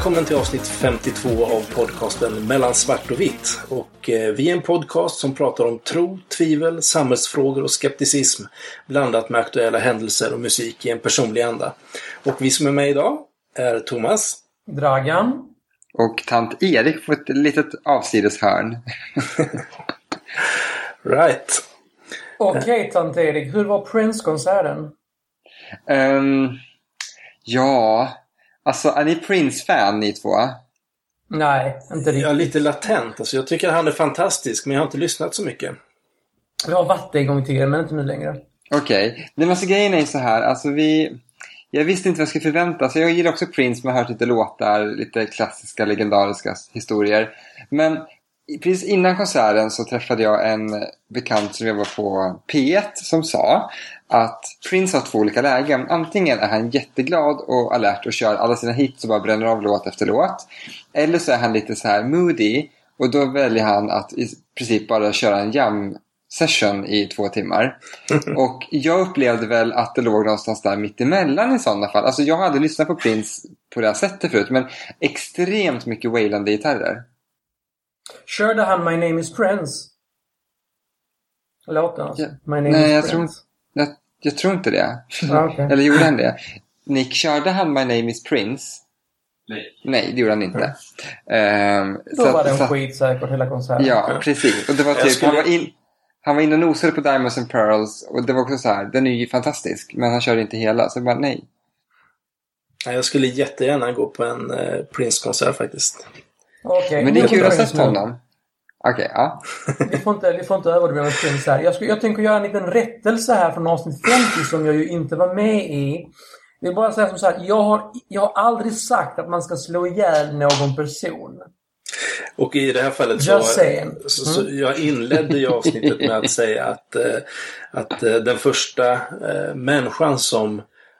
Välkommen till avsnitt 52 av podcasten Mellan svart och vitt. Och vi är en podcast som pratar om tro, tvivel, samhällsfrågor och skepticism blandat med aktuella händelser och musik i en personlig anda. Och vi som är med idag är Thomas, Dragan och tant Erik på ett litet avsideshörn. Right. Okej, tant Erik, hur var Prince-konserten? Ja, alltså är ni Prince-fan ni två? Nej, inte riktigt. Jag är lite latent. Alltså, jag tycker han är fantastisk, men jag har inte lyssnat så mycket. Vi har varit det en gång till, men inte nu längre. Okej. Men alltså grejen är så här, alltså jag visste inte vad jag skulle förvänta. Så jag gillar också Prince, men jag har hört lite låtar, lite klassiska, legendariska historier. Men precis innan konserten så träffade jag en bekant som jobbar på P1 som sa att Prince har två olika lägen. Antingen är han jätteglad och alert och kör alla sina hits och bara bränner av låt efter låt. Eller så är han lite så här moody och då väljer han att i princip bara köra en jam session i 2 timmar. Och jag upplevde väl att det låg någonstans där mitt emellan i sådana fall. Alltså jag hade lyssnat på Prince på det här sättet förut, men extremt mycket wailande gitarrer. Körde han My Name is Prince? Låten alltså. My Name Nej, is Prince. Jag tror inte det. Okay. Eller gjorde han det? Nick, körde han My Name is Prince? Nej, det gjorde han inte. Då var det en skit säkert hela konserten. Ja, precis. Och det var typ, han var inne och nosade på Diamonds and Pearls. Och det var också så här, den är ju fantastisk. Men han körde inte hela, så bara nej. Jag skulle jättegärna gå på en Prince-konsert faktiskt. Okay, men det är kul att ha sett honom. Okej, ja. Vi får inte överdriva med Prince här. Jag tänker göra en liten rättelse här från avsnitt 50 som jag ju inte var med i. Jag vill bara säga som så här, jag har aldrig sagt att man ska slå ihjäl någon person. Och i det här fallet så jag inledde ju avsnittet med att säga att den första människan som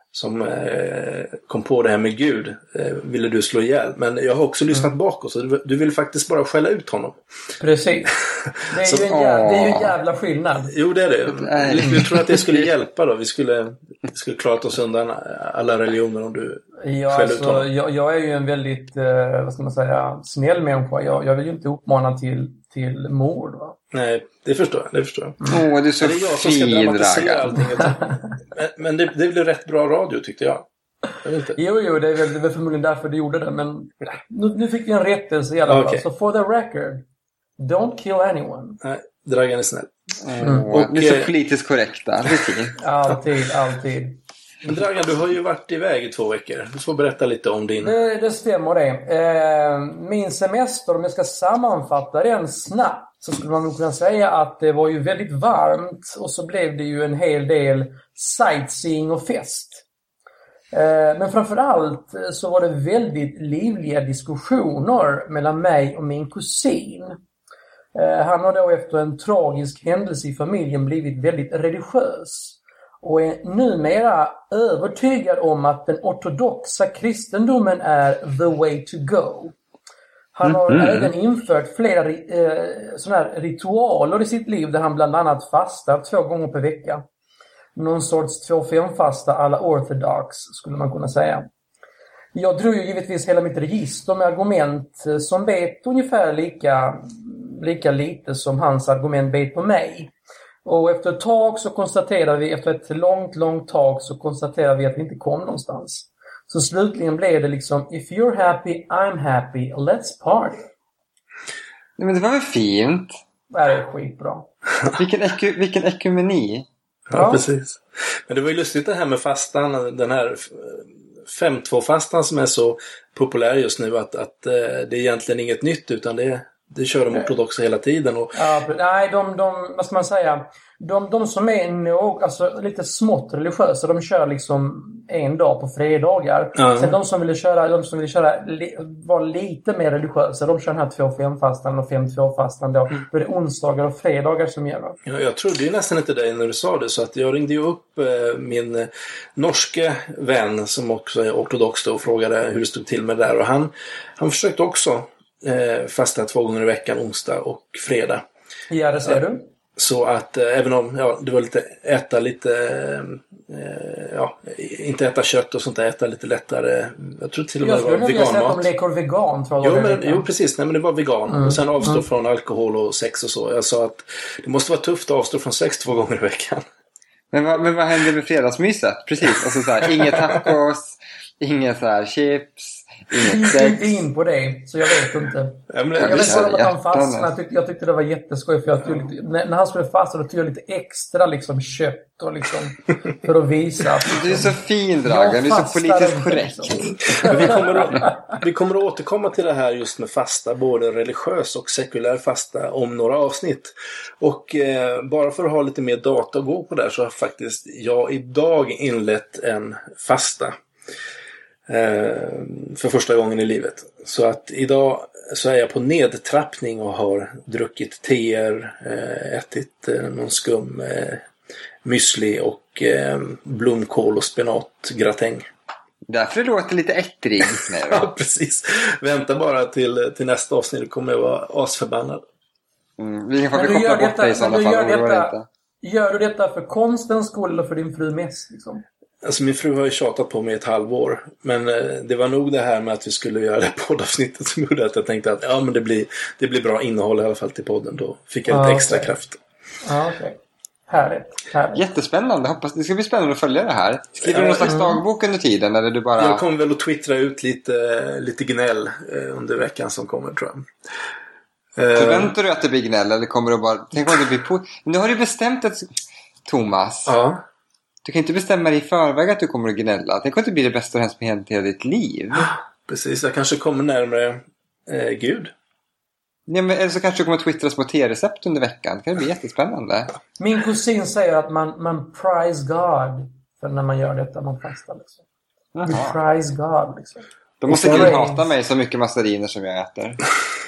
kom på det här med Gud ville du slå ihjäl. Men jag har också lyssnat bakåt, så du vill faktiskt bara skälla ut honom. Precis. Det är ju en jävla skillnad. Jo, det är det. Vi tror att det skulle hjälpa då. Vi skulle klarat oss undan alla religioner om du skäller ut honom. Jag är ju en väldigt, vad ska man säga, snäll människa. Jag vill ju inte uppmana till mord, va? Nej, det förstår jag. Du är så fin, Dragan. Men det blir rätt bra radio, tyckte jag. Jo, det är väl förmodligen därför du gjorde det. Men nu fick vi en rättelse i alla fall. Så for the record, don't kill anyone. Nej, Dragan är snäll. Och det är så politiskt korrekta. Alltid. Men Dragan, du har ju varit iväg i 2 veckor. Du får berätta lite om din... Det stämmer det. Min semester, om jag ska sammanfatta den snabbt, så skulle man nog kunna säga att det var ju väldigt varmt. Och så blev det ju en hel del sightseeing och fest. Men framförallt så var det väldigt livliga diskussioner mellan mig och min kusin. Han har då efter en tragisk händelse i familjen blivit väldigt religiös. Och är numera övertygad om att den ortodoxa kristendomen är the way to go. Han har även infört flera såna här ritualer i sitt liv där han bland annat fastar 2 gånger per vecka. Någon sorts 2-5-fasta alla orthodox skulle man kunna säga. Jag drog ju givetvis hela mitt register med argument som vet ungefär lika lite som hans argument vet på mig. Och efter ett tag så efter ett långt tag så konstaterade vi att vi inte kom någonstans. Så slutligen blev det liksom, if you're happy, I'm happy, let's party. Nej, men det var väl fint? Det är skitbra. Vilken ekumeni. Ja, precis. Men det var ju lustigt det här med fastan, den här 5-2-fastan som är så populär just nu, att det är egentligen inget nytt, utan det kör de ortodoxa hela tiden. Och... Ja, nej, vad ska man säga? De som är lite smått religiösa, de kör liksom en dag på fredagar. Sen de som vill vara lite mer religiösa, de kör den här 2-5-fastan och 5-2-fastan då. Då är det onsdagar och fredagar som gäller. Ja, jag trodde ju nästan inte dig när du sa det, så att jag ringde ju upp min norske vän som också är ortodox då, och frågade hur det stod till med det där. Och han försökte också fasta 2 gånger i veckan, onsdag och fredag. Ja, det ser du. Så att även om det var inte äta kött och sånt där, äta lite lättare. Jag tror till och med det var veganmat. Jag de lekor vegan, tror jag. Jo, precis. Nej, men det var vegan. Och sen avstå från alkohol och sex och så. Jag sa att det måste vara tufft att avstå från sex 2 gånger i veckan. Men vad händer med fredagsmyset? Precis, alltså så här, inget tacos, inget så här chips. Jag gick inte in på det, så jag vet inte. Jag vet bara att han fastnade. Jag tyckte det var jätteskoj, för när han skulle fastna, då tog jag lite extra liksom, kött och liksom, för att visa. Du är så fin, Dragan. Du är så politiskt korrekt. Vi kommer att återkomma till det här just med fasta, både religiös och sekulär fasta, om några avsnitt. Och bara för att ha lite mer data att gå på där, så har faktiskt jag idag inlett en fasta. För första gången i livet. Så att idag så är jag på nedtrappning och har druckit teer, ätit någon skum müsli och blomkål och spenatgratäng. Därför låter lite ettrig. Ja, precis. Vänta bara till nästa avsnitt, då kommer jag vara asförbannad. Vi kan få koppla bort dig i sådana fall. Gör du detta för konstens skull eller för din fru mest liksom? Alltså min fru har ju tjatat på mig ett halvår. Men det var nog det här med att vi skulle göra det poddavsnittet som gjorde att jag tänkte att men det blir bra innehåll i alla fall till podden. Då fick jag lite extra kraft. Ja, okej. Härligt. Jättespännande. Hoppas det ska bli spännande att följa det här. Skriver du någon slags dagbok under tiden? Eller du bara... Jag kommer väl att twittra ut lite gnäll under veckan som kommer, tror jag. Förväntar du att det blir gnäll? Eller kommer du bara... Tänk om det blir nu har du bestämt ett... Thomas. Ja. Du kan inte bestämma dig i förväg att du kommer att gnälla. Det kan inte bli det bästa som har hänt i hela ditt liv. Precis, jag kanske kommer närmare Gud. Ja, men, eller så kanske du kommer att twittra små te-recept under veckan. Det kan bli jättespännande. Min kusin säger att man prize God för när man gör detta, man fastar liksom. We prize God liksom. Då måste Gud hata mig så mycket massariner som jag äter.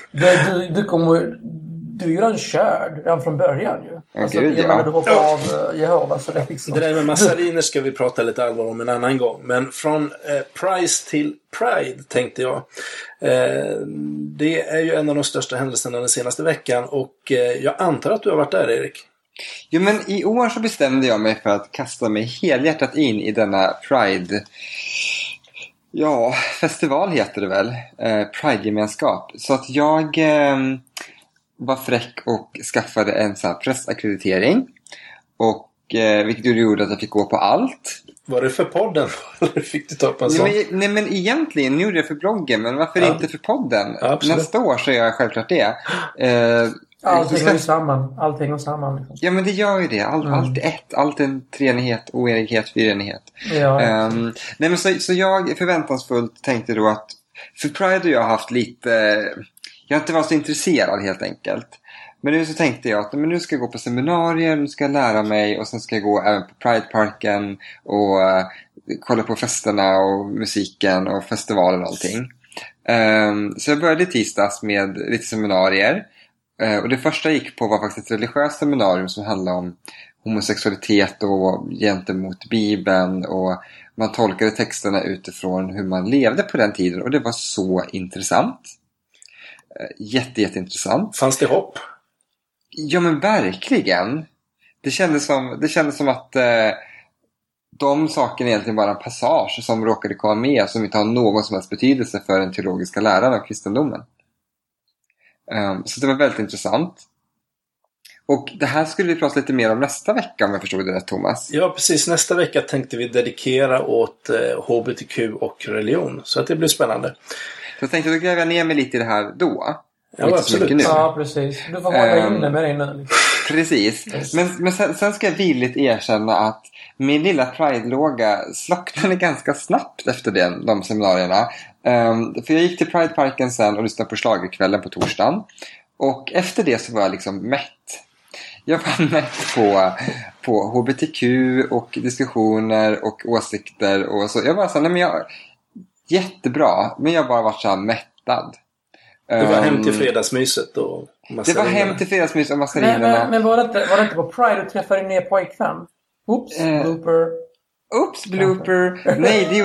Du är ju redan körd redan från början ju. Alltså, Gud, när du hoppar av Jehova, så det liksom... Det där med massariner ska vi prata lite allvar om en annan gång. Men från Prize till Pride tänkte jag. Det är ju en av de största händelserna den senaste veckan. Och jag antar att du har varit där, Erik. Jo, men i år så bestämde jag mig för att kasta mig helhjärtat in i denna Pride... Ja, festival heter det väl. Pride-gemenskap. Så att jag... var fräck och skaffade en sån här pressakkreditering. Och vilket gjorde att jag fick gå på allt. Var det för podden? Eller fick du ta på en sån? Nej, men egentligen gjorde jag för bloggen. Men varför inte för podden? Ja, nästa år så gör jag självklart det. Allting går samman. Liksom. Ja, men det gör ju det. Allt är ett. Allt är en treenighet, oenighet, fyrenighet. Ja. Nej, men så jag förväntansfullt tänkte då att... För Pride och jag har haft lite... Jag har inte varit så intresserad helt enkelt. Men nu så tänkte jag att nu ska jag gå på seminarier, nu ska jag lära mig och sen ska jag gå även på Pride-parken och kolla på festerna och musiken och festivalen och allting. Så jag började i tisdags med lite seminarier. Och det första jag gick på var faktiskt ett religiöst seminarium som handlade om homosexualitet och gentemot Bibeln, och man tolkade texterna utifrån hur man levde på den tiden, och det var så intressant. Jätteintressant. Fanns det hopp? Ja, men verkligen. Det kändes som att de sakerna egentligen bara en passage som råkade komma med, som inte har någon som helst betydelse för den teologiska läran av kristendomen. Så det var väldigt intressant. Och det här skulle vi prata lite mer om nästa vecka, om jag förstod det rätt, Thomas. Ja, precis. Nästa vecka tänkte vi dedikera åt HBTQ och religion. Så att det blir spännande. Så jag tänkte att då gräver jag ner mig lite i det här då. Ja, absolut. Ja, precis. Du får hålla inne med dig nu. Precis. Yes. Men sen ska jag villigt erkänna att min lilla Pride-låga slocknade ganska snabbt efter de seminarierna. För jag gick till Pride-parken sen och lyssnade på schlagerkvällen på torsdagen. Och efter det så var jag liksom mätt. Jag var mätt på HBTQ och diskussioner och åsikter och så. Jag var så här, jättebra, men jag bara varit så här mättad. Det var hem till fredagsmyset och massarinerna. Det var hem till fredagsmyset och massarinerna. Men var det inte på Pride du träffade din nya pojkvän? Oops, blooper.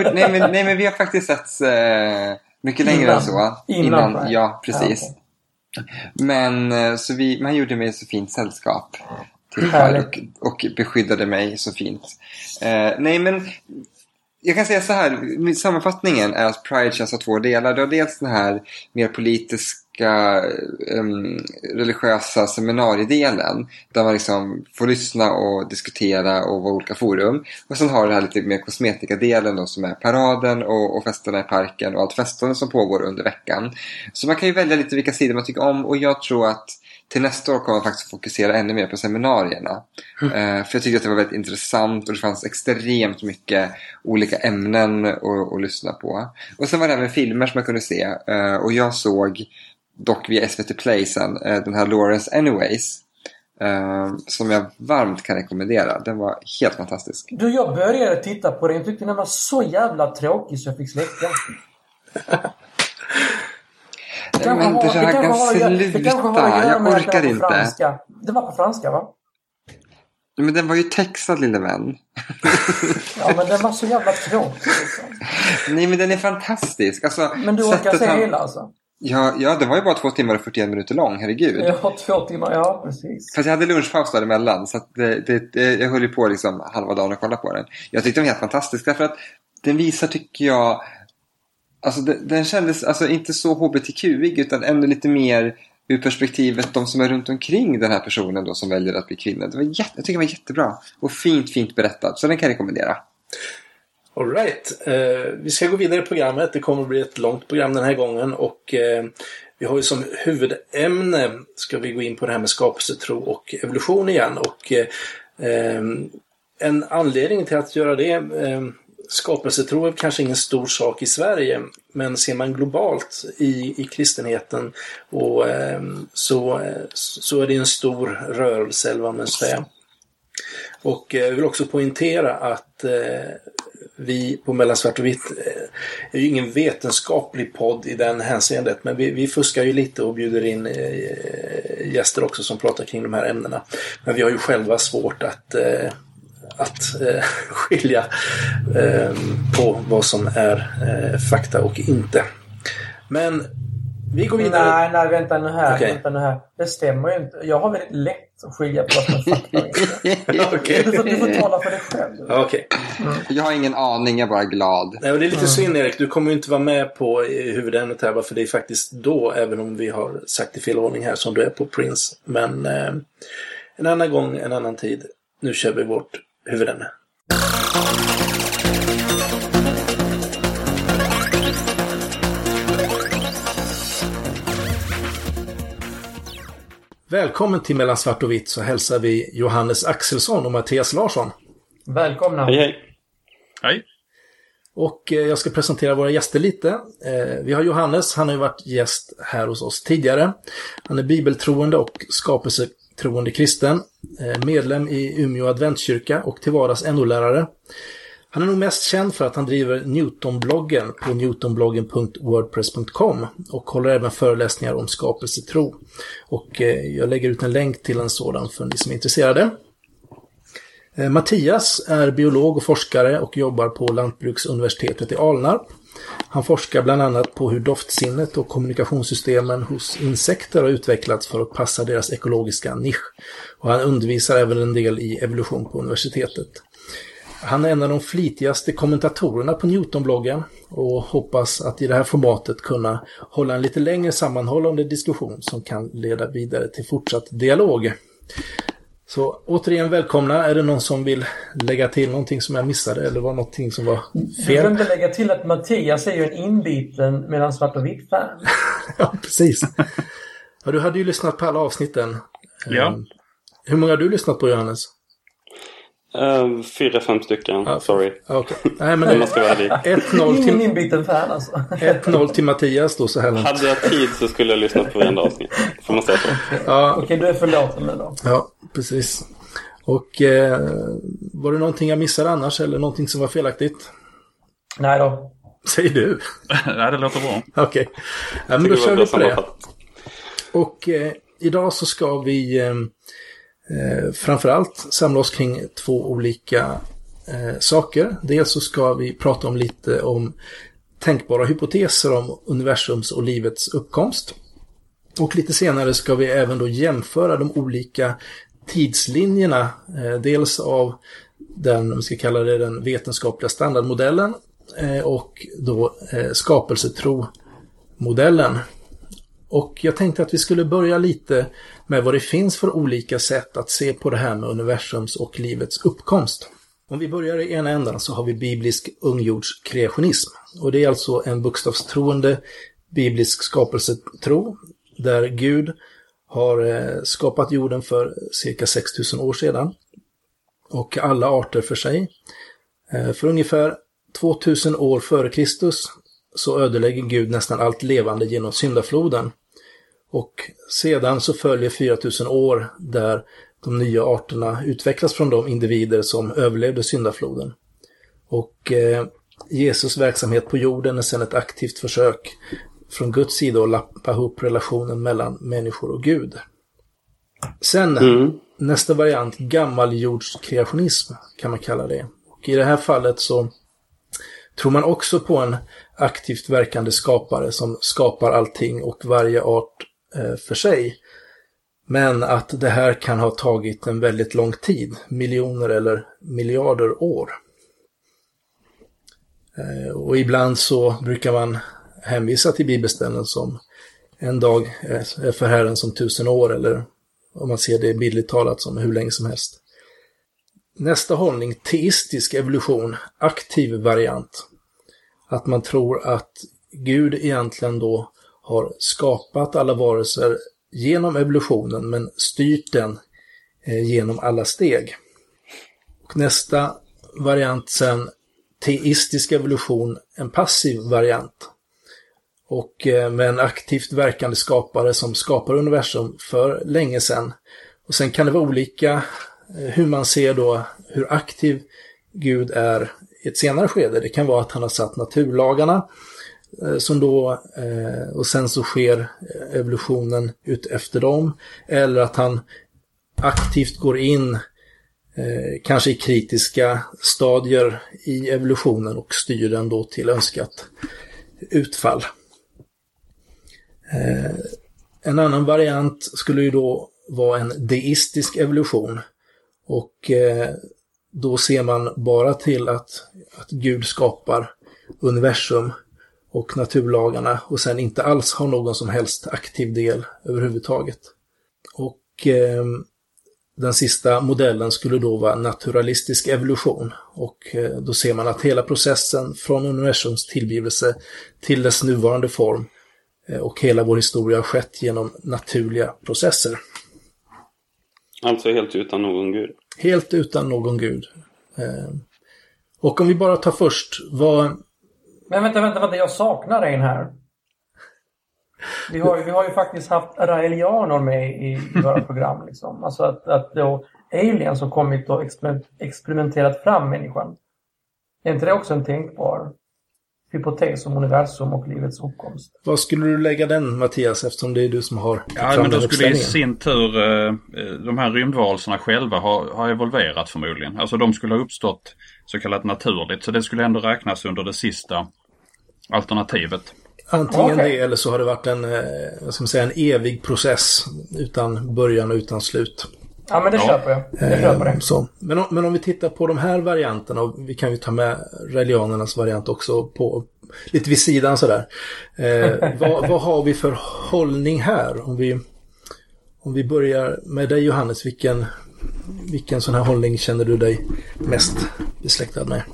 Nej, men vi har faktiskt sett mycket längre än så. Innan, ja, precis. Men så man gjorde mig så fint sällskap till och beskyddade mig så fint. Nej, men jag kan säga så här, sammanfattningen är att Pride känns av 2 delar. Det har dels den här mer politiska, religiösa seminariedelen där man liksom får lyssna och diskutera och vara olika forum. Och sen har det här lite mer kosmetika-delen då, som är paraden och festerna i parken och allt festerna som pågår under veckan. Så man kan ju välja lite vilka sidor man tycker om, och jag tror att till nästa år kommer man faktiskt fokusera ännu mer på seminarierna. För jag tycker att det var väldigt intressant och det fanns extremt mycket olika ämnen att lyssna på. Och sen var det även filmer som man kunde se. Och jag såg dock via SVT Play sen den här Lawrence Anyways. Som jag varmt kan rekommendera. Den var helt fantastisk. Du, jag började titta på den. Jag tyckte den var så jävla tråkig så jag fick släcka. Men det raggar sluta, jag orkar inte. Franska. Det var på franska, va? Men den var ju textad, lille vän. Ja, men den var så jävla tråkig liksom. Nej, men den är fantastisk alltså, men du orkar se hela alltså? Ja, det var ju bara 2 timmar och 41 minuter lång, herregud. Ja, 2 timmar, ja, precis. Fast jag hade lunchpaus däremellan, så att jag höll ju på liksom halva dagen och kolla på den. Jag tyckte den var helt fantastisk, därför att den visar, tycker jag, alltså den kändes alltså inte så hbtq-ig utan ändå lite mer ur perspektivet de som är runt omkring den här personen då som väljer att bli kvinna. Jag tycker det var jättebra och fint berättat, så den kan jag rekommendera. All right. Vi ska gå vidare i programmet. Det kommer att bli ett långt program den här gången och vi har ju som huvudämne ska vi gå in på det här med skapelsetro och evolution igen, och en anledning till att göra det, skapelsetro är kanske ingen stor sak i Sverige, men ser man globalt i kristenheten och så är det en stor rörelse, eller vad man säger. Och jag vill också poängtera att vi på Mellan svart och vitt är ju ingen vetenskaplig podd i den hänseendet, men vi fuskar ju lite och bjuder in gäster också som pratar kring de här ämnena. Men vi har ju själva svårt att skilja på vad som är fakta och inte. Men vi går vidare. Nej, vänta nu här. Okay. Vänta nu här. Det stämmer ju inte. Jag har väldigt lätt att skilja på vad som är fakta och inte. Okay. Du får tala för dig själv. Okay. Jag har ingen aning, jag är bara glad. Nej, och det är lite synd, Erik. Du kommer ju inte vara med på huvudämnet här, för det är faktiskt då, även om vi har sagt i fel ordning här, som du är på Prince. Men en annan gång, en annan tid. Nu kör vi vårt huvudämne. Välkommen till Mellan svart och vitt, så hälsar vi Johannes Axelsson och Mattias Larsson. Välkomna. Hej. Hej. Och jag ska presentera våra gäster lite. Vi har Johannes, han har ju varit gäst här hos oss tidigare. Han är bibeltroende och skapelsetroende kristen, medlem i Umeå adventkyrka och till vardags NO-lärare. Han är nog mest känd för att han driver Newtonbloggen på newtonbloggen.wordpress.com och håller även föreläsningar om skapelsetro. Och jag lägger ut en länk till en sådan för ni som är intresserade. Mattias är biolog och forskare och jobbar på Lantbruksuniversitetet i Alnarp. Han forskar bland annat på hur doftsinnet och kommunikationssystemen hos insekter har utvecklats för att passa deras ekologiska nisch. Och han undervisar även en del i evolution på universitetet. Han är en av de flitigaste kommentatorerna på Newtonbloggen och hoppas att i det här formatet kunna hålla en lite längre sammanhållande diskussion som kan leda vidare till fortsatt dialog. Så återigen välkomna. Är det någon som vill lägga till någonting som jag missade eller var någonting som var fel? Jag vill lägga till att Mattias är ju en inbiten Mellan svart och vitt fan. Ja, precis. Ja, du hade ju lyssnat på alla avsnitten. Ja. Hur många har du lyssnat på, Johannes? 4-5 stycken, sorry. Okay. Nej, men det ska vara 1-0 till inbiten fan alltså. 1-0 till Mattias då så här långt. Hade jag tid så skulle jag lyssna på varenda avsnitt. Får man säga så. Ja. Okej, du är förlåten nu då. Ja, precis. Och var det någonting jag missade annars eller någonting som var felaktigt? Nej då. Säger du? Nej, det låter bra. Okej. Ja, men då kör vi på det. Och idag så ska vi framförallt samla oss kring 2 olika saker. Dels så ska vi prata om lite om tänkbara hypoteser om universums och livets uppkomst. Och lite senare ska vi även då jämföra de olika tidslinjerna, dels av den, vi ska kalla det den vetenskapliga standardmodellen, och då skapelsetro-modellen. Och jag tänkte att vi skulle börja lite med vad det finns för olika sätt att se på det här med universums och livets uppkomst. Om vi börjar i ena ändan så har vi biblisk ungjordskreationism. Och det är alltså en bokstavstroende biblisk skapelsetro där Gud har skapat jorden för cirka 6000 år sedan. Och alla arter för sig. För ungefär 2000 år före Kristus så ödelägger Gud nästan allt levande genom syndafloden. Och sedan så följer 4000 år där de nya arterna utvecklas från de individer som överlevde syndafloden. Och Jesus verksamhet på jorden är sedan ett aktivt försök från Guds sida att lappa ihop relationen mellan människor och Gud. Sen nästa variant, gammaljordskreationism kan man kalla det. Och i det här fallet så tror man också på en aktivt verkande skapare som skapar allting och varje art för sig. Men att det här kan ha tagit en väldigt lång tid, miljoner eller miljarder år. Och ibland så brukar man hänvisa till bibelställen som en dag är för Herren som 1000 år, eller om man ser det bildligt talat som hur länge som helst. Nästa hållning, teistisk evolution, aktiv variant. Att man tror att Gud egentligen då har skapat alla varelser genom evolutionen men styrt den genom alla steg. Och nästa variant sen, teistisk evolution, en passiv variant. Och med en aktivt verkande skapare som skapar universum för länge sedan. Och sen kan det vara olika hur man ser då hur aktiv Gud är i ett senare skede. Det kan vara att han har satt naturlagarna som då, och sen så sker evolutionen ut efter dem. Eller att han aktivt går in kanske i kritiska stadier i evolutionen och styr den då till önskat utfall. En annan variant skulle ju då vara en deistisk evolution. Och då ser man bara till att Gud skapar universum och naturlagarna och sen inte alls har någon som helst aktiv del överhuvudtaget. Och den sista modellen skulle då vara naturalistisk evolution. Och då ser man att hela processen från universums tillblivelse till dess nuvarande form och hela vår historia har skett genom naturliga processer. Alltså helt utan någon gud. Helt utan någon gud. Och om vi bara tar först vad... Men vänta, jag saknar en här. Vi har ju faktiskt haft raelianer med i våra program. Liksom. Alltså att då aliens har kommit och experimenterat fram människan. Är inte det också en tänkbar hypotes om universum och livets uppkomst? Vad skulle du lägga den, Mattias, eftersom det är du som har... Ja, men då skulle i sin tur de här rymdvarelserna själva ha evolverat förmodligen. Alltså de skulle ha uppstått så kallat naturligt. Så det skulle ändå räknas under det sista alternativet. Antingen det eller så har det varit en evig process utan början och utan slut. Ja, men det köper jag. Så. Men om vi tittar på de här varianterna, och vi kan ju ta med religianernas variant också på lite vid sidan sådär. Vad har vi för hållning här? Om vi börjar med dig, Johannes, vilken sån här hållning känner du dig mest besläktad med?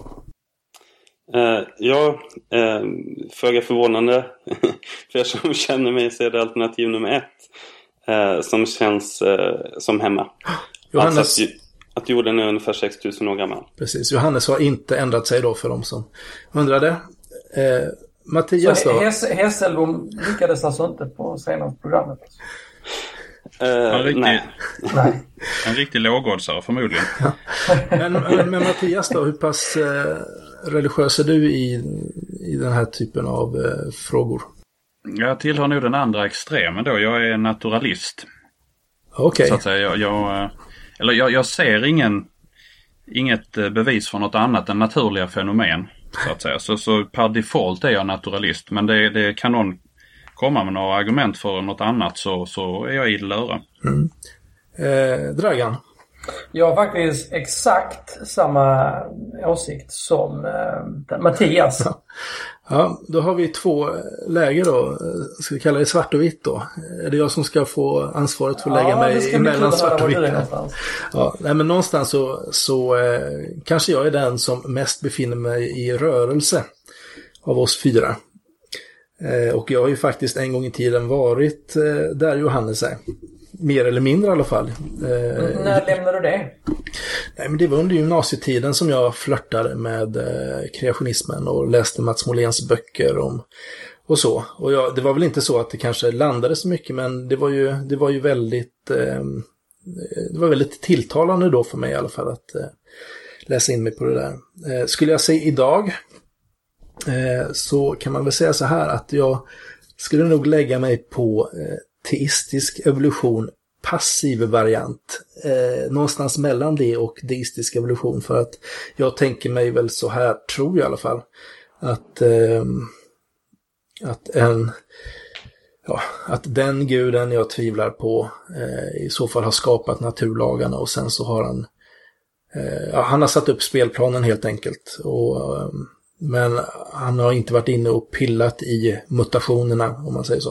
Föga förvånande för er som känner mig så är det alternativ nummer 1 som känns som hemma. Johannes... Alltså att jorden är ungefär 6000 år gammal. Precis, Johannes har inte ändrat sig då för dem som undrade. Mattias då? Hesselbom lyckades alltså inte på senaste programmet. Nej. En riktig lågoddsare förmodligen. Men Mattias då, hur pass religiös är du i den här typen av frågor? Jag tillhör nog den andra extremen då. Jag är naturalist. Okej. Så att säga, jag ser inget bevis för något annat än naturliga fenomen. Så att säga. Så per default är jag naturalist. Men det kan någon komma med några argument för något annat så är jag idel öra. Dragan? Jag har faktiskt exakt samma åsikt som Mattias. Ja, då har vi 2 läger då. Ska vi kalla det svart och vitt då? Är det jag som ska få ansvaret för att lägga mig emellan svart och vitt? Ja, nej, men någonstans så kanske jag är den som mest befinner mig i rörelse av oss 4. Och jag har ju faktiskt en gång i tiden varit där Johannes är. Mer eller mindre i alla fall. När lämnade du det? Nej, men det var under gymnasietiden som jag flörtade med kreationismen och läste Mats Moléns böcker och så. Och det var väl inte så att det kanske landade så mycket, men det var ju väldigt det var väldigt tilltalande då för mig i alla fall att läsa in mig på det där. Skulle jag säga idag så kan man väl säga så här att jag skulle nog lägga mig på teistisk evolution, passiv variant. Någonstans mellan det och deistisk evolution, för att jag tänker mig väl så här, tror jag i alla fall, att den guden jag tvivlar på i så fall har skapat naturlagarna, och sen så har han har satt upp spelplanen helt enkelt, men han har inte varit inne och pillat i mutationerna, om man säger så,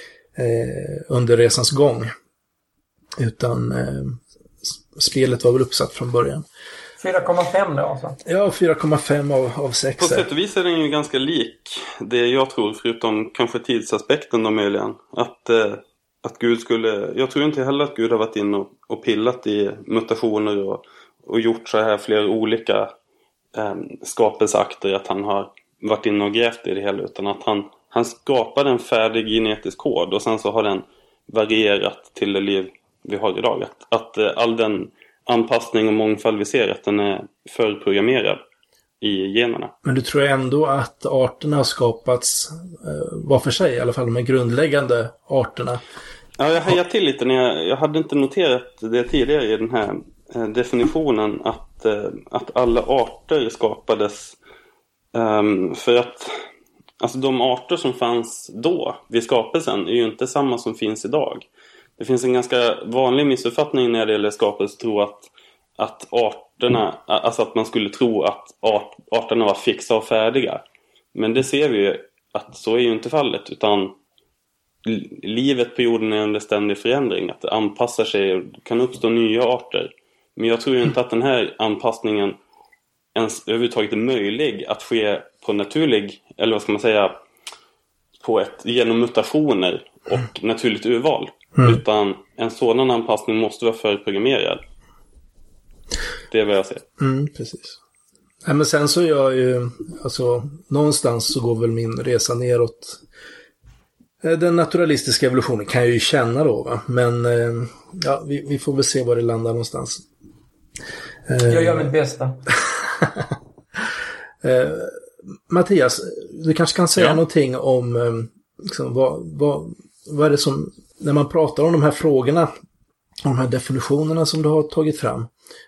under resans gång, utan spelet var väl uppsatt från början. 4,5 då alltså? Ja, 4,5 av 6. På sätt och vis är den ju ganska lik det jag tror, förutom kanske tidsaspekten då möjligen. Att Gud skulle... Jag tror inte heller att Gud har varit in och pillat i mutationer och gjort så här flera olika skapelseakter, att han har varit in och grävt i det hela, utan att han skapade en färdig genetisk kod och sen så har den varierat till det liv vi har idag. Att all den anpassning och mångfald vi ser, att den är förprogrammerad i generna. Men du tror ändå att arterna har skapats var för sig, i alla fall de här grundläggande arterna? Ja, jag hajade till lite när jag hade inte noterat det tidigare i den här definitionen att alla arter skapades för att alltså de arter som fanns då vid skapelsen är ju inte samma som finns idag. Det finns en ganska vanlig missuppfattning när det gäller skapelsetro att arterna, alltså att man skulle tro att arterna var fixa och färdiga. Men det ser vi ju att så är ju inte fallet, utan livet på jorden är under ständig förändring, att det anpassar sig och kan uppstå nya arter. Men jag tror ju inte att den här anpassningen ens överhuvudtaget är möjlig att ske på naturlig, eller vad ska man säga, genom mutationer och naturligt urval. Utan en sådan anpassning måste vara förprogrammerad. Det är vad jag ser. Precis. Ja, men sen så är jag ju, alltså någonstans så går väl min resa neråt. Den naturalistiska evolutionen kan jag ju känna då, va? Men ja, vi får väl se var det landar någonstans. Jag gör mitt bästa. Mattias, du kanske kan säga någonting om liksom, vad är det som, när man pratar om de här frågorna, om de här definitionerna som du har tagit fram,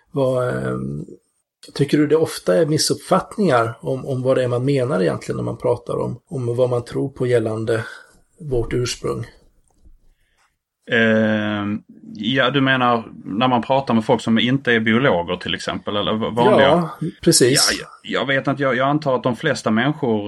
tycker du det ofta är missuppfattningar om vad det är man menar egentligen när man pratar om vad man tror på gällande vårt ursprung? Ja, du menar när man pratar med folk som inte är biologer till exempel, eller vanliga? Ja, precis. Ja, jag vet att jag antar att de flesta människor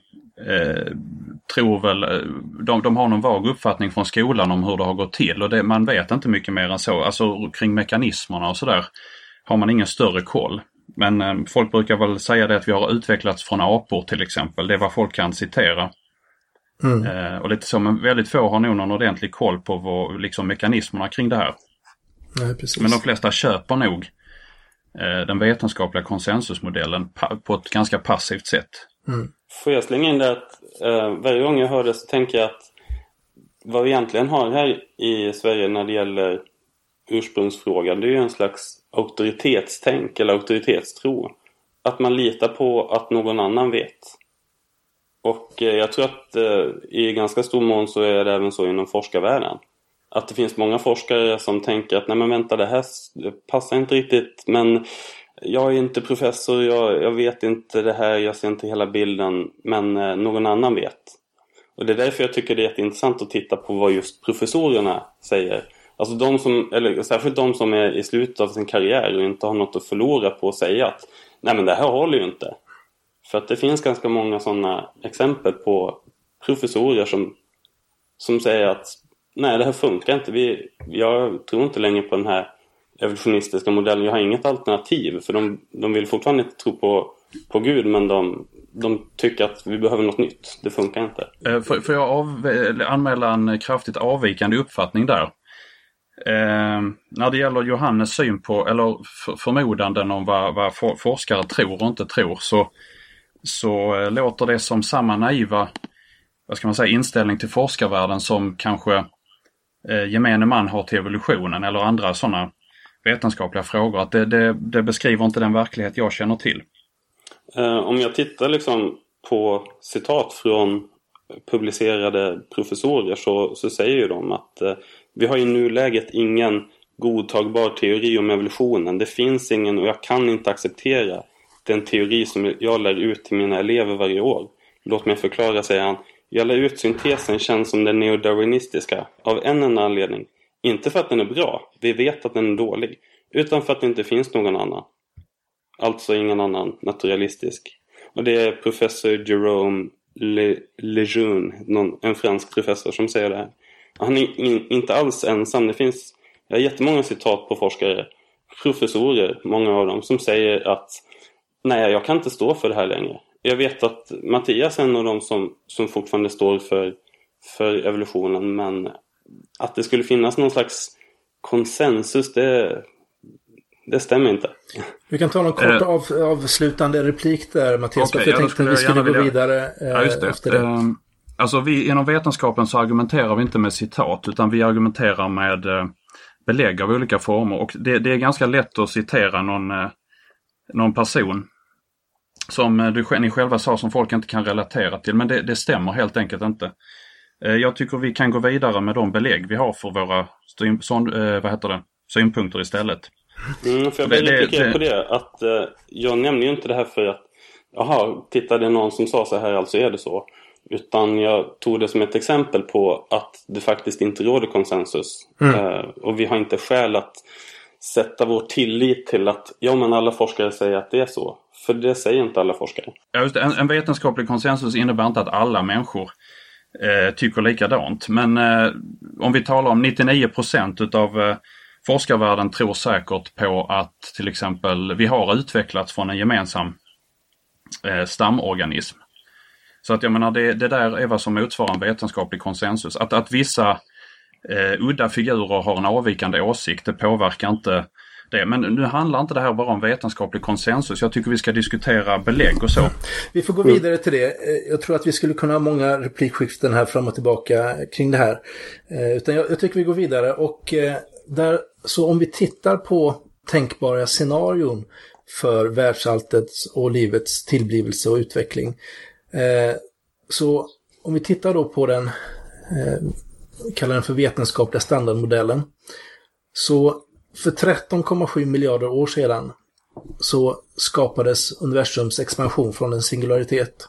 tror väl, de har någon vag uppfattning från skolan om hur det har gått till, och man vet inte mycket mer än så. Alltså kring mekanismerna och sådär har man ingen större koll. Men folk brukar väl säga det att vi har utvecklats från apor till exempel. Det är vad folk kan citera. Och lite så, men väldigt få har nog någon ordentlig koll på liksom mekanismerna kring det här. Nej, precis. Men de flesta köper nog den vetenskapliga konsensusmodellen på ett ganska passivt sätt. Får jag slänga in det att varje gång jag hör det så tänker jag att vad vi egentligen har här i Sverige när det gäller ursprungsfrågan, det är ju en slags auktoritetstänk eller auktoritetstro. Att man litar på att någon annan vet. Och jag tror att i ganska stor mån så är det även så inom forskarvärlden. Att det finns många forskare som tänker att nej men vänta, det här passar inte riktigt, men jag är inte professor, jag vet inte det här, jag ser inte hela bilden, men någon annan vet. Och det är därför jag tycker det är jätteintressant att titta på vad just professorerna säger. Alltså särskilt de som är i slutet av sin karriär och inte har något att förlora på att säga att nej, men det här håller ju inte. För att det finns ganska många sådana exempel på professorer som säger att nej, det här funkar inte. Jag tror inte längre på den här evolutionistiska modellen. Jag har inget alternativ. För de vill fortfarande inte tro på Gud, men de tycker att vi behöver något nytt. Det funkar inte. Får jag anmäla en kraftigt avvikande uppfattning där? När det gäller Johannes syn på, eller förmodanden om vad forskare tror och inte tror, så låter det som samma naiva, vad ska man säga, inställning till forskarvärlden som kanske gemene man har till evolutionen eller andra sådana vetenskapliga frågor. Att det beskriver inte den verklighet jag känner till. Om jag tittar liksom på citat från publicerade professorer så säger ju de att vi har i nuläget ingen godtagbar teori om evolutionen. Det finns ingen, och jag kan inte acceptera den teori som jag lär ut till mina elever varje år. Låt mig förklara, säger han. Jag lär ut syntesen känns som den neodarwinistiska av en enda anledning. Inte för att den är bra, vi vet att den är dålig, utan för att det inte finns någon annan. Alltså ingen annan naturalistisk. Och det är professor Jerome Lejeune, en fransk professor, som säger det här. Han är inte alls ensam. Jag har jättemånga citat på forskare, professorer, många av dem, som säger att nej, jag kan inte stå för det här längre. Jag vet att Mattias är en av dem som fortfarande står för evolutionen, men att det skulle finnas någon slags konsensus, det stämmer inte. Vi kan ta någon kort avslutande replik där, Mattias. Okay, jag tänkte att vi skulle gå vidare efter det. Alltså inom vetenskapen så argumenterar vi inte med citat, utan vi argumenterar med belägg av olika former. Och det är ganska lätt att citera någon person som ni själva sa som folk inte kan relatera till. Men det stämmer helt enkelt inte. Jag tycker vi kan gå vidare med de belägg vi har för våra synpunkter istället. För jag vill replikera på det, att jag nämner ju inte det här för att titta, det är någon som sa så här, alltså är det så. Utan jag tog det som ett exempel på att det faktiskt inte råder konsensus. Och vi har inte skäl att sätta vår tillit till att men alla forskare säger att det är så. För det säger inte alla forskare. Ja, just det. En vetenskaplig konsensus innebär inte att alla människor tycker likadant. Men om vi talar om 99% av forskarvärlden tror säkert på att till exempel vi har utvecklats från en gemensam stamorganism. Så att jag menar det där är vad som motsvarar en vetenskaplig konsensus. Att vissa udda figurer har en avvikande åsikt, det påverkar inte det. Men nu handlar inte det här bara om vetenskaplig konsensus. Jag tycker vi ska diskutera belägg och så. Vi får gå vidare till det. Jag tror att vi skulle kunna ha många replikskiften här fram och tillbaka kring det här. Utan jag tycker vi går vidare. Och så om vi tittar på tänkbara scenarion för världsalltets och livets tillblivelse och utveckling. Så om vi tittar då på den, kallar den för vetenskapliga standardmodellen, så för 13,7 miljarder år sedan så skapades universums expansion från en singularitet.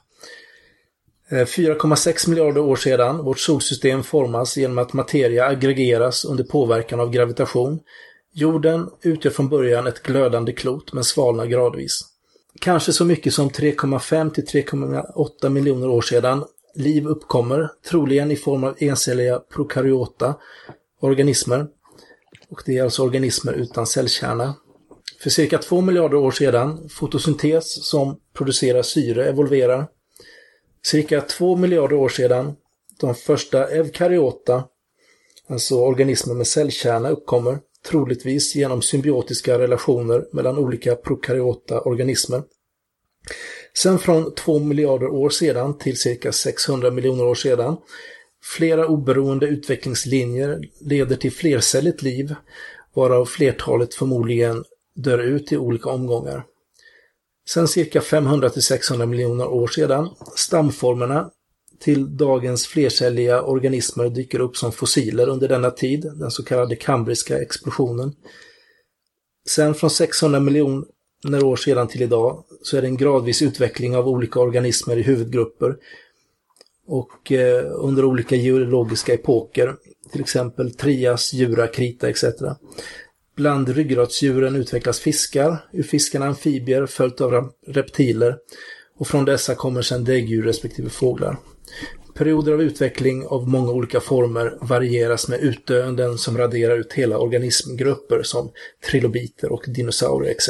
4,6 miljarder år sedan vårt solsystem formas genom att materia aggregeras under påverkan av gravitation. Jorden utgör från början ett glödande klot men svalnar gradvis. Kanske så mycket som 3,5 till 3,8 miljoner år sedan liv uppkommer, troligen i form av encelliga prokaryota organismer. Och det är alltså organismer utan cellkärna. För cirka 2 miljarder år sedan fotosyntes som producerar syre evolverar. Cirka 2 miljarder år sedan de första eukaryota, alltså organismer med cellkärna, uppkommer, troligtvis genom symbiotiska relationer mellan olika prokaryota organismer. Sen från 2 miljarder år sedan till cirka 600 miljoner år sedan, flera oberoende utvecklingslinjer leder till flercelligt liv, varav flertalet förmodligen dör ut i olika omgångar. Sen cirka 500 till 600 miljoner år sedan, stamformerna till dagens flercelliga organismer dyker upp som fossiler under denna tid, den så kallade kambriska explosionen. Sen från 600 miljoner år sedan till idag så är det en gradvis utveckling av olika organismer i huvudgrupper. och under olika geologiska epoker, till exempel Trias, Jura, Krita etc. Bland ryggradsdjuren utvecklas fiskar, ur fiskarna amfibier följt av reptiler och från dessa kommer sedan däggdjur respektive fåglar. Perioder av utveckling av många olika former varieras med utdöenden som raderar ut hela organismgrupper som trilobiter och dinosaurier etc.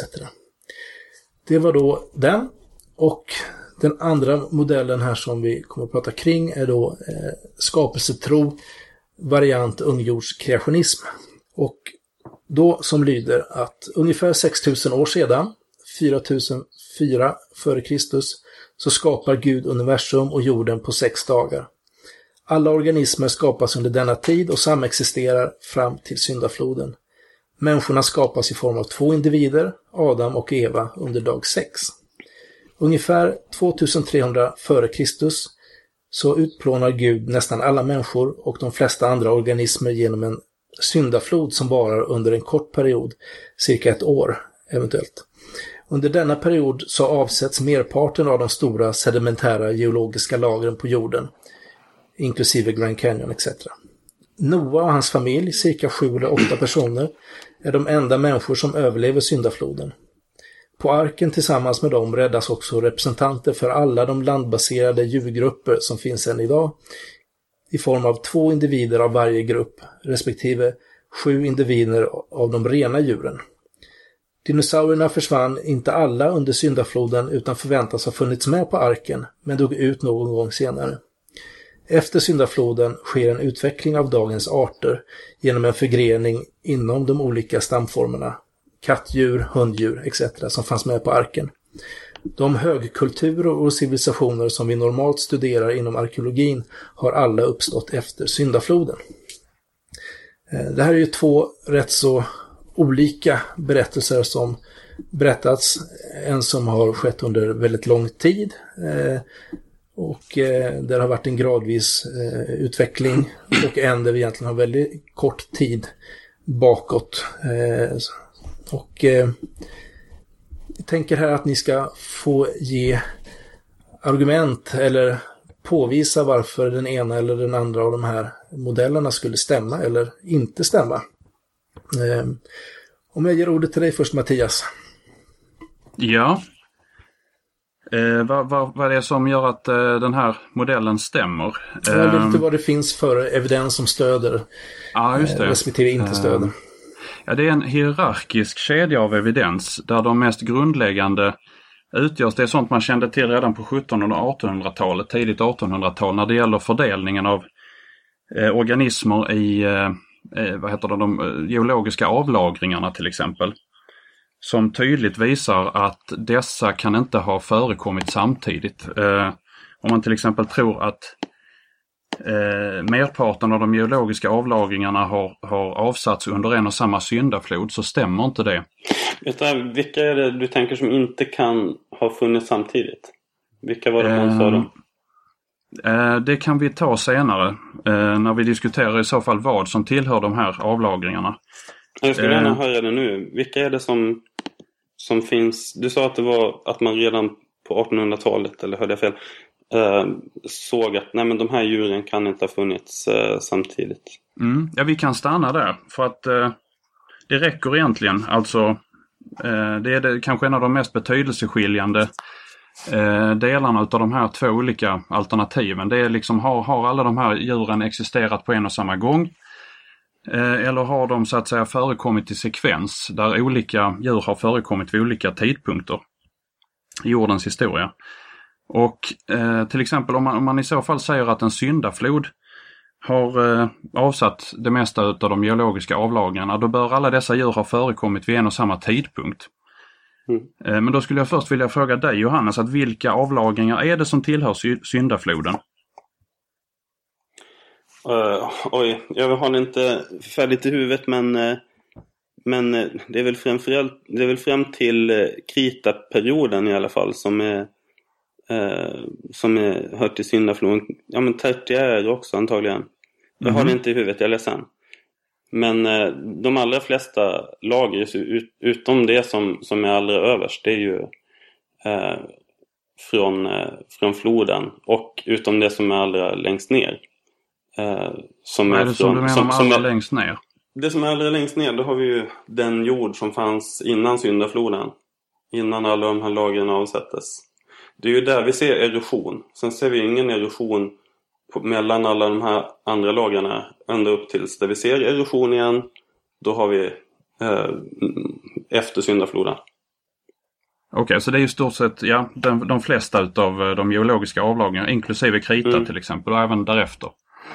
Det var då den, och den andra modellen här som vi kommer att prata kring är då skapelsetro variant ungjordskreationism. Och då som lyder att ungefär 6000 år sedan, 4004 före Kristus, så skapar Gud universum och jorden på 6 dagar. Alla organismer skapas under denna tid och samexisterar fram till syndafloden. Människorna skapas i form av 2 individer, Adam och Eva, under dag 6. Ungefär 2300 före Kristus så utplånar Gud nästan alla människor och de flesta andra organismer genom en syndaflod som varar under en kort period, cirka 1 år eventuellt. Under denna period så avsätts merparten av de stora sedimentära geologiska lagren på jorden, inklusive Grand Canyon etc. Noa och hans familj, cirka 7 eller 8 personer, är de enda människor som överlever syndafloden. På arken tillsammans med dem räddas också representanter för alla de landbaserade djurgrupper som finns än idag, i form av 2 individer av varje grupp, respektive 7 individer av de rena djuren. Dinosaurierna försvann inte alla under syndafloden utan förväntas ha funnits med på arken, men dog ut någon gång senare. Efter syndafloden sker en utveckling av dagens arter genom en förgrening inom de olika stamformerna, kattdjur, hunddjur etc. som fanns med på arken. De högkulturer och civilisationer som vi normalt studerar inom arkeologin har alla uppstått efter syndafloden. Det här är ju 2 rätt så olika berättelser som berättats. En som har skett under väldigt lång tid och där har varit en gradvis utveckling, och en där vi egentligen har väldigt kort tid bakåt. Och jag tänker här att ni ska få ge argument eller påvisa varför den ena eller den andra av de här modellerna skulle stämma eller inte stämma. Om jag ger ordet till dig först, Mattias. Ja. Vad är det som gör att den här modellen stämmer? Det är lite vad det finns för evidens som stöder just det. Respektive inte stöder. Ja, det är en hierarkisk kedja av evidens där de mest grundläggande utgörs. Det är sånt man kände till redan på 1700- och 1800-talet, tidigt 1800-tal, när det gäller fördelningen av organismer i de geologiska avlagringarna till exempel. Som tydligt visar att dessa kan inte ha förekommit samtidigt. Om man till exempel tror att merparten av de geologiska avlagringarna har avsatts under en och samma syndaflod, så stämmer inte det. Vilka är det du tänker som inte kan ha funnits samtidigt? Vilka var det man sa då? Det kan vi ta senare när vi diskuterar i så fall vad som tillhör de här avlagringarna. Jag skulle gärna höra det nu. Vilka är det som finns? Du sa att det var att man redan på 1800-talet, eller hörde jag fel, såg att nej, men de här djuren kan inte ha funnits samtidigt. Ja, vi kan stanna där för att det räcker egentligen. Alltså, det är kanske en av de mest betydelseskiljande delarna av de här 2 olika alternativen. Det är liksom, har alla de här djuren existerat på en och samma gång? Eller har de så att säga förekommit i sekvens där olika djur har förekommit vid olika tidpunkter i jordens historia? Och till exempel om man i så fall säger att en syndaflod har avsatt det mesta av de geologiska avlagringarna, då bör alla dessa djur ha förekommit vid en och samma tidpunkt. Men då skulle jag först vilja fråga dig, Johannes, att vilka avlagringar är det som tillhör syndafloden? Jag har inte färdigt i huvudet, men det är väl fram till Krita-perioden i alla fall som är hör till syndafloden. Ja, men tertiär också antagligen. Jag har det inte i huvudet, jag är ledsen. Men de allra flesta lager utom det som är allra överst, det är ju från floden, och utom det som är allra längst ner. Vad är det som du menar allra längst ner? Det som är allra längst ner, då har vi ju den jord som fanns innan syndafloden. Innan alla de här lagren avsättes. Det är ju där vi ser erosion. Sen ser vi ingen erosion mellan alla de här andra lagren ända upp tills där vi ser erosion igen. Då har vi efter syndafloden. Okej, så det är ju stort sett de flesta av de geologiska avlagringarna, inklusive krita till exempel, och även därefter.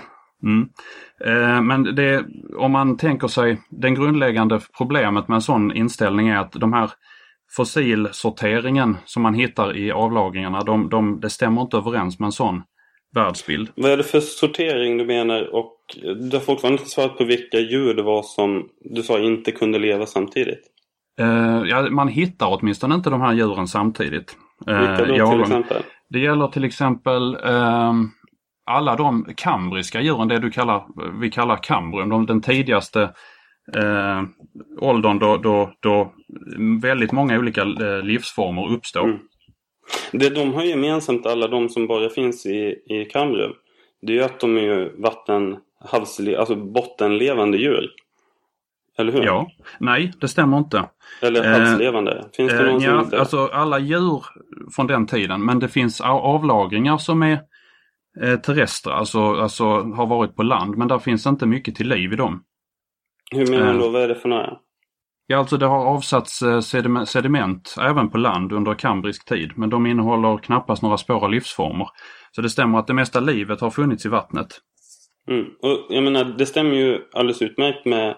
Men om man tänker sig, den grundläggande problemet med en sån inställning är att de här fossilsorteringen som man hittar i avlagringarna, det stämmer inte överens med en sån världsbild. Vad är det för sortering du menar? Och du har fortfarande inte svarat på vilka djur det var som du sa inte kunde leva samtidigt. Man hittar åtminstone inte de här djuren samtidigt. Vilka då till exempel? Det gäller till exempel alla de kambriska djuren, det vi kallar kambrium, den tidigaste åldern då väldigt många olika livsformer uppstår. Det de har gemensamt, alla de som bara finns i kambrium, det är ju att de är ju alltså bottenlevande djur. Eller hur? Ja, nej, det stämmer inte. Eller havslevande. Finns det någon som inte? Alltså alla djur från den tiden, men det finns avlagringar som är terrestra, alltså har varit på land, men där finns inte mycket till liv i dem. Hur menar du då? Vad är det för några? Ja, alltså det har avsatts sediment även på land under kambrisk tid, men de innehåller knappast några spår av livsformer. Så det stämmer att det mesta livet har funnits i vattnet. Och jag menar, det stämmer ju alldeles utmärkt med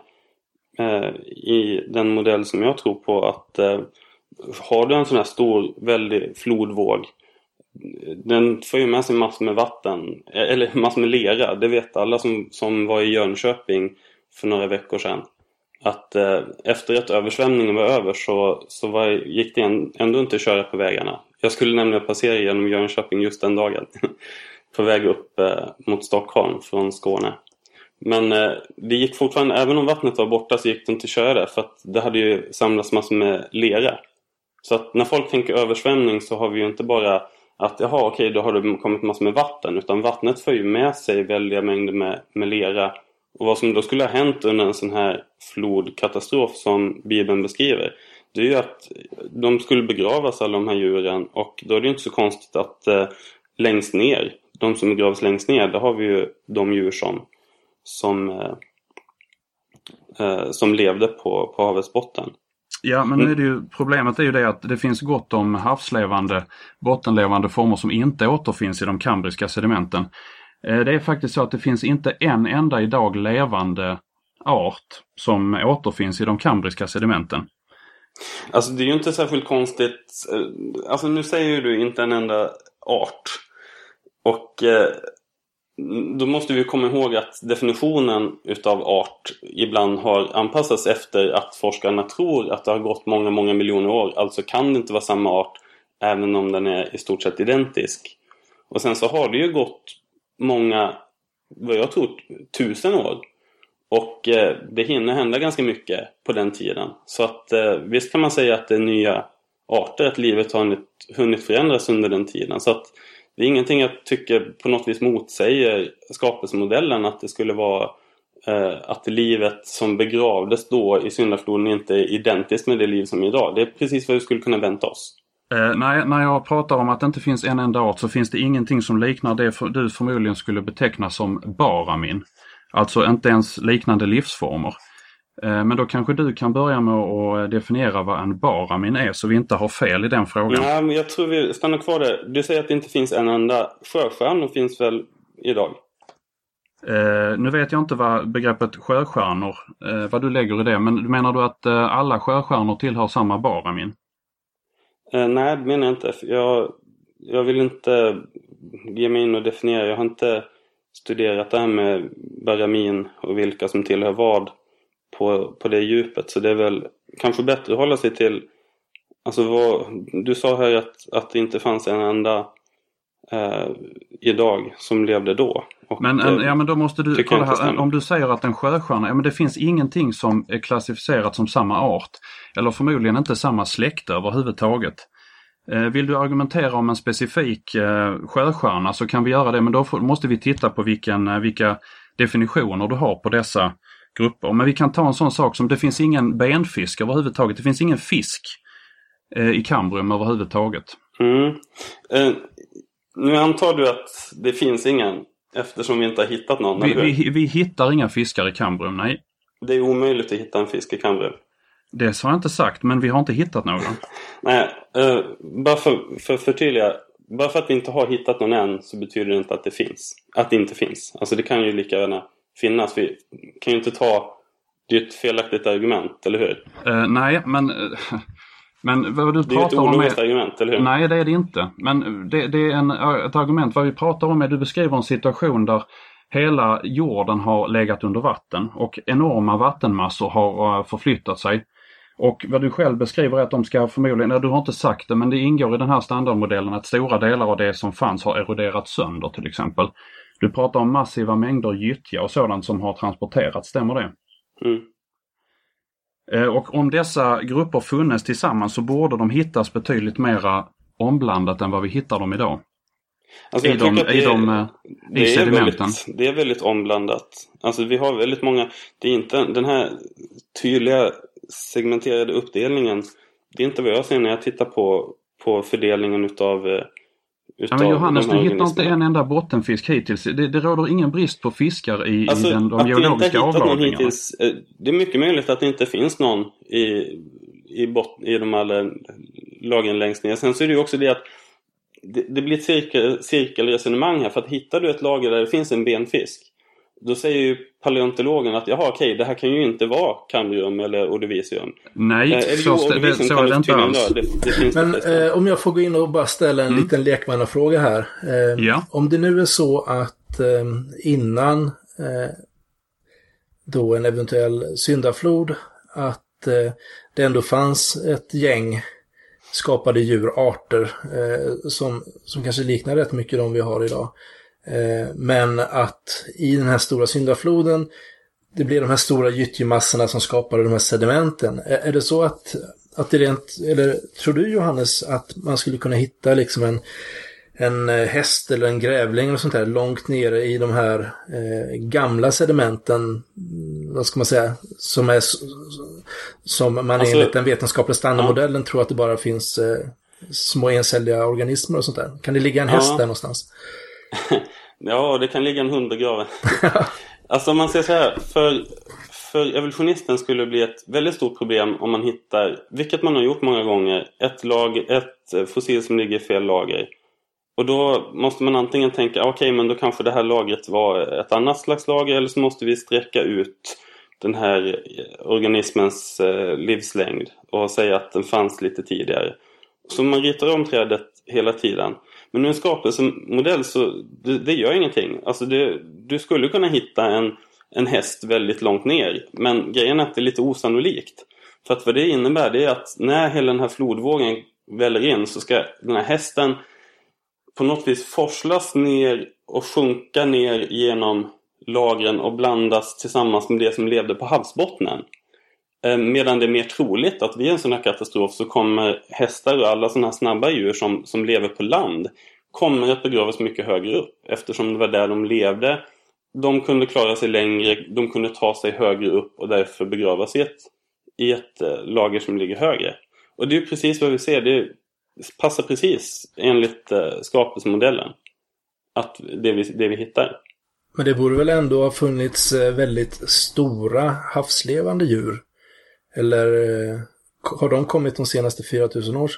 i den modell som jag tror på, att har du en sån här stor, väldigt flodvåg, den får ju med sig massor med vatten, eller massor med lera. Det vet alla som var i Jönköping för några veckor sedan. Att efter att översvämningen var över gick det ändå inte att köra på vägarna. Jag skulle nämligen passera genom Jönköping just den dagen. På väg upp mot Stockholm från Skåne. Men det gick fortfarande, även om vattnet var borta, så gick det inte att köra. För att det hade ju samlats massor med lera. Så att när folk tänker översvämning så har vi ju inte bara att då har det kommit massor med vatten. Utan vattnet för ju med sig väldiga mängder med lera. Och vad som då skulle ha hänt under en sån här flodkatastrof som Bibeln beskriver, det är ju att de skulle begravas, alla de här djuren. Och då är det inte så konstigt att längst ner, de som begravs längst ner, där har vi ju de djur som levde på havets botten. Ja, men nu är det ju, problemet är ju det att det finns gott om havslevande, bottenlevande former som inte återfinns i de kambriska sedimenten. Det är faktiskt så att det finns inte en enda idag levande art som återfinns i de kambriska sedimenten. Alltså det är ju inte särskilt konstigt. Alltså nu säger ju du inte en enda art. Och då måste vi komma ihåg att definitionen utav art ibland har anpassats efter att forskarna tror att det har gått många, många miljoner år. Alltså kan det inte vara samma art även om den är i stort sett identisk. Och sen så har det ju gått många, vad jag tror, 1000 år. Och det hinner hända ganska mycket på den tiden. Så att visst kan man säga att det är nya arter, att livet har hunnit förändras under den tiden. Så att det är ingenting jag tycker på något vis motsäger skapelsemodellen, att det skulle vara att livet som begravdes då i syndafloden inte är identiskt med det liv som är idag. Det är precis vad vi skulle kunna vänta oss. När jag pratar om att det inte finns en enda art, så finns det ingenting som liknar det du förmodligen skulle beteckna som baramin. Alltså inte ens liknande livsformer. Men då kanske du kan börja med att definiera vad en baramin är, så vi inte har fel i den frågan. Nej, men jag tror vi stannar kvar där. Du säger att det inte finns en enda sjöstjärnor, finns väl idag? Nu vet jag inte vad begreppet sjöstjärnor, vad du lägger i det. Men menar du att alla sjöstjärnor tillhör samma baramin? Nej, det menar jag inte. Jag vill inte ge mig in och definiera. Jag har inte studerat det här med baramin och vilka som tillhör vad på det djupet. Så det är väl kanske bättre att hålla sig till, alltså du sa här att det inte fanns en enda idag som levde då. Och men då måste du kolla här, om du säger att en sjöstjärna, men det finns ingenting som är klassificerat som samma art, eller förmodligen inte samma släkte överhuvudtaget. Vill du argumentera om en specifik sjöstjärna så kan vi göra det, men då måste vi titta på vilka definitioner du har på dessa grupper. Men vi kan ta en sån sak som det finns ingen benfisk överhuvudtaget. Det finns ingen fisk i Kambrium överhuvudtaget. Nu antar du att det finns ingen eftersom vi inte har hittat någon. Vi hittar inga fiskar i Kambrium, nej. Det är omöjligt att hitta en fisk i Kambrium. Det har jag inte sagt, men vi har inte hittat någon. Nej, bara för förtydliga. Bara för att vi inte har hittat någon än så betyder det inte att det finns. Att det inte finns. Alltså det kan ju lika gärna finnas. Vi kan ju inte ta... Det är ett felaktigt argument, eller hur? Nej, men vad du pratar om... Det är ett argument, eller hur? Nej, det är det inte. Men det är ett argument. Vad vi pratar om är att du beskriver en situation där hela jorden har legat under vatten och enorma vattenmassor har förflyttat sig. Och vad du själv beskriver är att de ska förmodligen, du har inte sagt det, men det ingår i den här standardmodellen att stora delar av det som fanns har eroderat sönder till exempel. Du pratar om massiva mängder gyttja och sådant som har transporterats, stämmer det? Och om dessa grupper funnits tillsammans så borde de hittas betydligt mera omblandat än vad vi hittar dem idag. Alltså I sedimenten. Det är väldigt omblandat. Alltså vi har väldigt många, det är inte den här tydliga segmenterade uppdelningen. Det är inte vad jag ser när jag tittar på fördelningen utav men Johannes, du hittar inte en enda bottenfisk hittills. Det råder ingen brist på fiskar i de geologiska avlagringarna. Det är mycket möjligt att det inte finns någon i de alla lagen längst ner. Sen så är det ju också det att det blir ett cirkelresonemang här. För att hittar du ett lager där det finns en benfisk, då säger ju paleontologen att det här kan ju inte vara Kambrium eller Ordovicium. Nej, så är det inte alls. Men om jag får gå in och bara ställa en liten lekmannafråga här. Om det nu är så att innan då en eventuell syndaflod att det ändå fanns ett gäng skapade djurarter som kanske liknar rätt mycket de vi har idag. Men att i den här stora syndafloden det blir de här stora gyttjemassorna som skapade de här sedimenten. Är det så att det rent, eller tror du Johannes att man skulle kunna hitta liksom en häst eller en grävling eller sånt här långt nere i de här gamla sedimenten, vad ska man säga, som man enligt den vetenskapliga standardmodellen tror att det bara finns små encelliga organismer och sånt där. Kan det ligga en häst där någonstans? Ja, det kan ligga en hund begraven. Alltså om man säger så här, för evolutionisten skulle det bli ett väldigt stort problem om man hittar, vilket man har gjort många gånger, ett fossil som ligger i fel lager. Och då måste man antingen tänka, okej, men då kanske det här lagret var ett annat slags lager, eller så måste vi sträcka ut den här organismens livslängd och säga att den fanns lite tidigare. Så man ritar om trädet hela tiden. Men i en skapelsemodell så det gör ingenting. Alltså du skulle kunna hitta en häst väldigt långt ner. Men grejen är att det är lite osannolikt. För att vad det innebär det är att när hela den här flodvågen väller in så ska den här hästen på något vis forslas ner och sjunka ner genom lagren och blandas tillsammans med det som levde på havsbottnen. Medan det är mer troligt att vid en sån här katastrof så kommer hästar och alla såna här snabba djur som lever på land kommer att begravas mycket högre upp. Eftersom det var där de levde. De kunde klara sig längre, de kunde ta sig högre upp och därför begravas i ett lager som ligger högre. Och det är precis vad vi ser, det passar precis enligt skapelsemodellen att det vi hittar. Men det borde väl ändå ha funnits väldigt stora havslevande djur? Eller har de kommit de senaste 4000 år?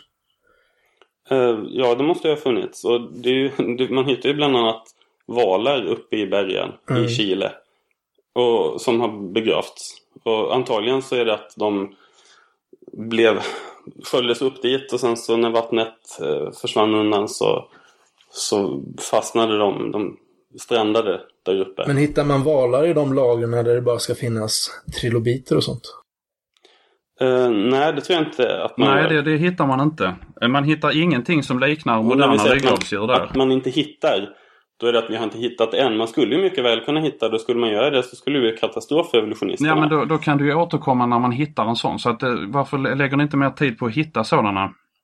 Ja, det måste ju ha funnits. Och man hittar ju bland annat valar uppe i bergen i Chile. Och som har begravts. Och antagligen så är det att de sköljdes upp dit. Och sen så när vattnet försvann undan så fastnade de strandade där uppe. Men hittar man valar i de lagren där det bara ska finnas trilobiter och sånt? Nej, det tror jag inte att man Nej, det hittar man inte. Man hittar ingenting som liknar moderna ryggradsdjur där. Att man inte hittar, då är det att vi har inte hittat än. Man skulle ju mycket väl kunna hitta, då skulle man göra det så skulle det bli katastrof för evolutionisterna. Ja, men då kan du ju återkomma när man hittar en sån. Så att, varför lägger ni inte mer tid på att hitta sådana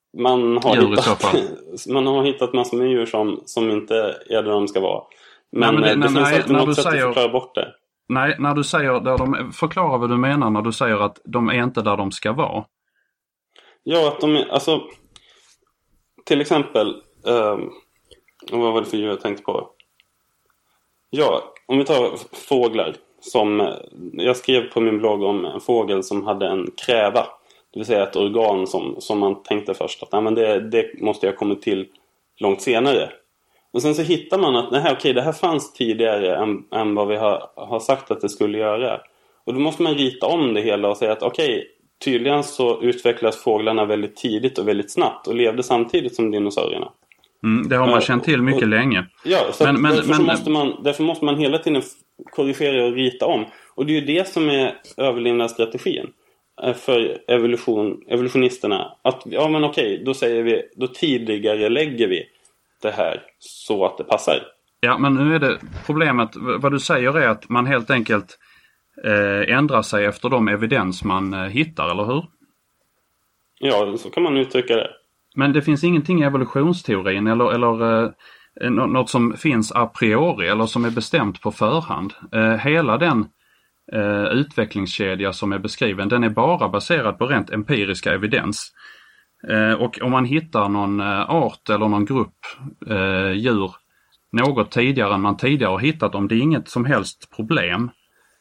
man djur i så fall. Man har hittat massor med djur som inte är där de ska vara. Men det finns alltid något sätt att förklara bort det. Nej, när du säger, förklara vad du menar när du säger att de är inte där de ska vara. Ja, att de är, alltså till exempel vad var det för djur jag tänkte på? Ja, om vi tar fåglar, som jag skrev på min blogg om en fågel som hade en kräva, det vill säga ett organ som man tänkte först att men det måste jag komma till långt senare. Och sen så hittar man att det här fanns tidigare än vad vi har sagt att det skulle göra. Och då måste man rita om det hela och säga att tydligen så utvecklas fåglarna väldigt tidigt och väldigt snabbt och levde samtidigt som dinosaurierna. Det har man känt till mycket länge. Ja, så därför måste man hela tiden korrigera och rita om. Och det är ju det som är överlevnadsstrategin för evolutionisterna. Att då säger vi, då tidigare lägger vi det här så att det passar. Ja, men nu är det problemet, vad du säger är att man helt enkelt ändrar sig efter de evidens man hittar, eller hur? Ja, så kan man uttrycka det. Men det finns ingenting i evolutionsteorin eller något som finns a priori eller som är bestämt på förhand. Hela den utvecklingskedja som är beskriven, den är bara baserad på rent empiriska evidens. Och om man hittar någon art eller någon grupp djur något tidigare än man tidigare har hittat, om det är inget som helst problem.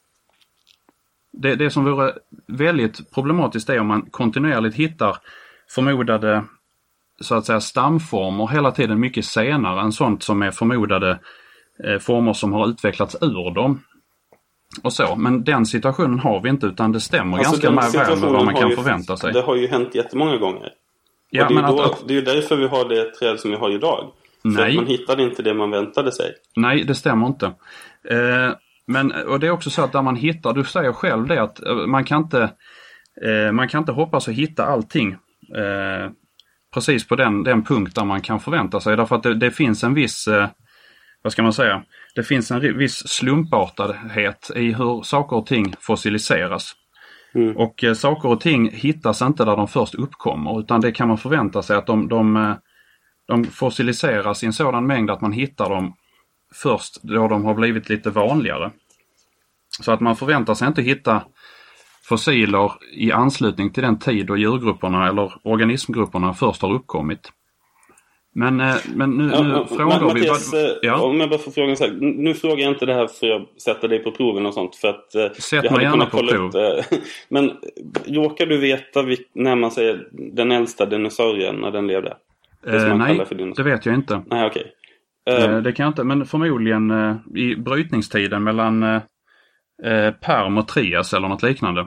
Det som vore väldigt problematiskt är om man kontinuerligt hittar förmodade så att säga stamformer hela tiden mycket senare än sånt som är förmodade former som har utvecklats ur dem. Och så, men den situationen har vi inte, utan det stämmer ganska väl med vad man kan förvänta sig. Det har ju hänt jättemånga gånger. Ja, det är ju därför vi har det träd som vi har idag. För att man hittade inte det man väntade sig. Nej, det stämmer inte. Och det är också så att där man hittar, du säger själv det, att man kan inte hoppas att hitta allting precis på den punkt där man kan förvänta sig. Därför att det finns en viss, vad ska man säga, det finns en viss slumpartadhet i hur saker och ting fossiliseras. Och saker och ting hittas inte där de först uppkommer, utan det kan man förvänta sig att de fossiliseras i en sådan mängd att man hittar dem först då de har blivit lite vanligare. Så att man förväntar sig inte hitta fossiler i anslutning till den tid då djurgrupperna eller organismgrupperna först har uppkommit. Men nu frågar vi... Mattias, om jag bara får fråga så här, nu frågar jag inte det här för att sätta dig på proven och sånt, för att sätt mig gärna på prov. Men råkar du veta när man säger den äldsta dinosaurien när den levde? Nej, det vet jag inte. Nej, okej. Det kan jag inte, men förmodligen i brytningstiden mellan Perm och Trias eller något liknande.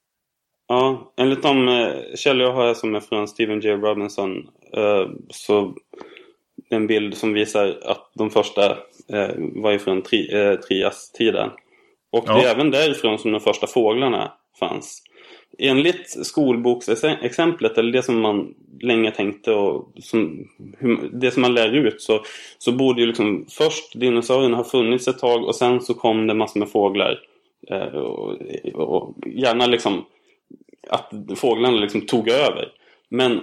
Ja, enligt de källor jag har här som är från Stephen J. Robinson, så en bild som visar att de första var ifrån Trias-tiden. Och det är även därifrån som de första fåglarna fanns. Enligt skolboksexemplet, eller det som man länge tänkte och det som man lär ut, så borde ju liksom först dinosaurierna ha funnits ett tag och sen så kom det massor med fåglar. Och gärna liksom att fåglarna liksom tog över. Men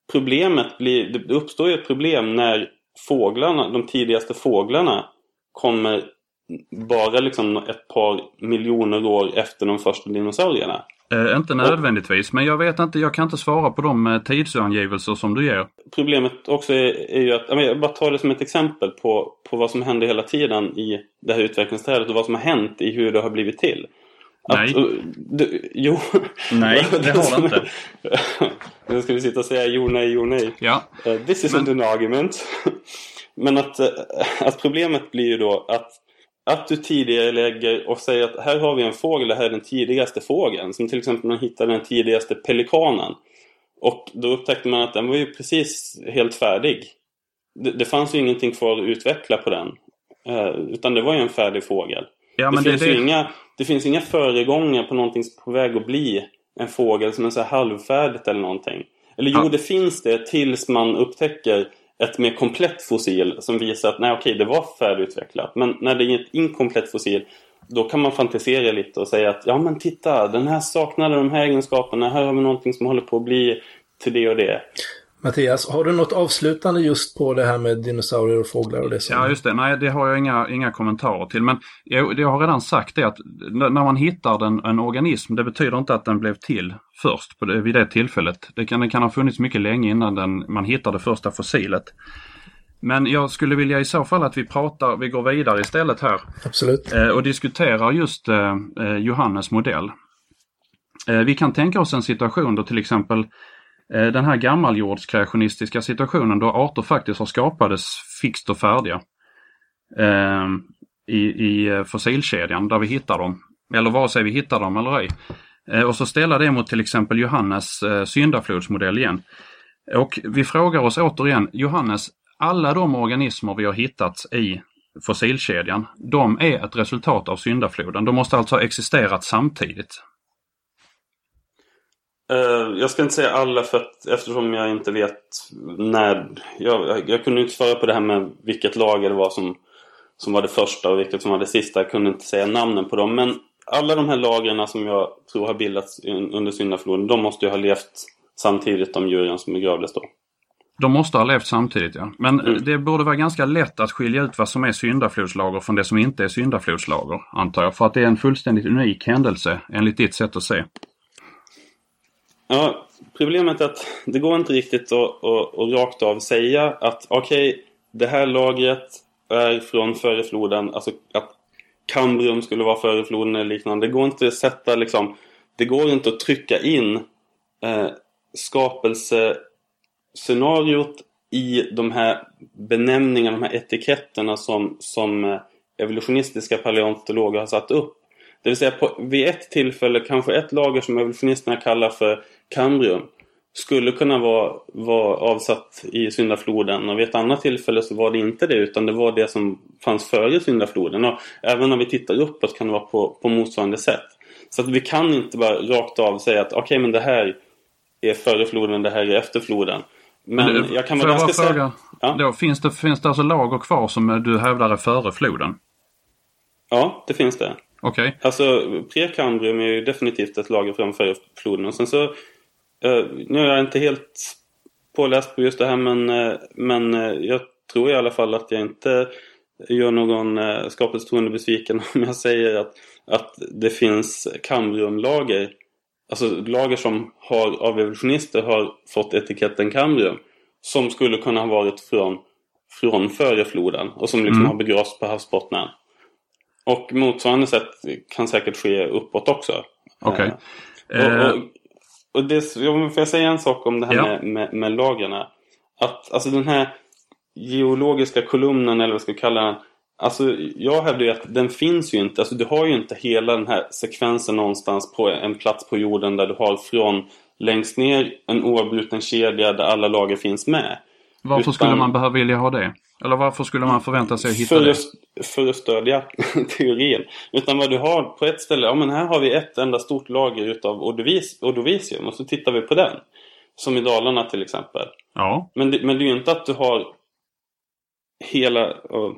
det uppstår ju ett problem när de tidigaste fåglarna kommer bara liksom ett par miljoner år efter de första dinosaurierna. Inte nödvändigtvis, men jag vet inte, jag kan inte svara på de tidsangivelser som du ger. Problemet också är ju att, jag bara tar det som ett exempel på vad som händer hela tiden i det här utvecklingsträdet och vad som har hänt i hur det har blivit till. Nej. Jo. Nej, det har det inte. Nu ska vi sitta och säga jo, nej. Ja. This isn't an argument. Men att problemet blir ju då att du tidigare lägger och säger att här har vi en fågel, det här är den tidigaste fågeln. Som till exempel man hittade den tidigaste pelikanen. Och då upptäckte man att den var ju precis helt färdig. Det fanns ju ingenting kvar att utveckla på den. Utan det var ju en färdig fågel. Ja, men det finns inga föregångar på någonting som är på väg att bli en fågel som är så här halvfärdigt eller någonting. Eller jo, det finns det tills man upptäcker ett mer komplett fossil som visar att det var färdigutvecklat. Men när det är ett inkomplett fossil, då kan man fantisera lite och säga att men titta, den här saknade de här egenskaperna. Här har vi någonting som håller på att bli till det och det. Mattias, har du något avslutande just på det här med dinosaurier och fåglar och det som... Ja, just det. Nej, det har jag inga kommentarer till. Men jag har redan sagt det att när man hittar en organism, det betyder inte att den blev till först vid det tillfället. Det kan ha funnits mycket länge innan man hittar det första fossilet. Men jag skulle vilja i så fall att vi går vidare istället här. Absolut. Och diskuterar just Johannes modell. Vi kan tänka oss en situation då till exempel den här gammaljordskreationistiska situationen då arter faktiskt har skapades fixt och färdiga i fossilkedjan där vi hittar dem. Eller vare sig vi hittar dem eller ej. Och så ställa det mot till exempel Johannes syndaflodsmodell igen. Och vi frågar oss återigen, Johannes, alla de organismer vi har hittat i fossilkedjan, de är ett resultat av syndafloden. De måste alltså ha existerat samtidigt. Jag ska inte säga alla eftersom jag inte vet när. Jag kunde inte svara på det här med vilket lager det var som var det första och vilket som var det sista. Jag kunde inte säga namnen på dem. Men alla de här lagren som jag tror har bildats under syndafloden, de måste ju ha levt samtidigt, de djuren som begravdes då. De måste ha levt samtidigt, ja. Men det borde vara ganska lätt att skilja ut vad som är syndaflodslager från det som inte är syndaflodslager, antar jag. För att det är en fullständigt unik händelse, enligt ditt sätt att se. Ja, problemet är att det går inte riktigt att rakt av säga att okej, det här lagret är från före floden, alltså att Kambrium skulle vara före floden eller liknande. Det går inte att sätta det går inte att trycka in skapelsescenariot i de här benämningarna, de här etiketterna som evolutionistiska paleontologer har satt upp. Det vill säga vid ett tillfälle kanske ett lager som evolutionisterna kallar för Kambrium skulle kunna vara avsatt i syndafloden, och vid ett annat tillfälle så var det inte det, utan det var det som fanns före syndafloden. Och även när vi tittar uppåt kan det vara på motsvarande sätt. Så att vi kan inte bara rakt av säga att okej, men det här är före floden, det här är efter floden. Men jag kan vara ganska säker. Ja? Då finns det alltså lager kvar som du hävdar är före floden? Ja, det finns det. Okay. Alltså prekambrium är ju definitivt ett lager framför floden. Och sen så nu är jag inte helt påläst på just det här, men jag tror i alla fall att jag inte gör någon skapelsetroende besviken om jag säger att det finns kambriumlager, alltså lager som av evolutionister har fått etiketten kambrium, som skulle kunna ha varit från före floden och som liksom har begravts på havsbottnen. Och motsvarande sätt kan säkert ske uppåt också. Okej. Och det, får jag säga en sak om det här med lagren? Att alltså den här geologiska kolumnen, eller vad ska jag kalla den, alltså jag hävdar ju att den finns ju inte. Alltså du har ju inte hela den här sekvensen någonstans på en plats på jorden där du har från längst ner en oavbruten kedja där alla lager finns med. Varför skulle man vilja ha det? Eller varför skulle man förvänta sig att hitta det? För att stödja teorin. Utan vad du har på ett ställe, ja men här har vi ett enda stort lager utav ordovisium, och så tittar vi på den. Som i Dalarna till exempel. Ja. Men det är ju inte att du har hela...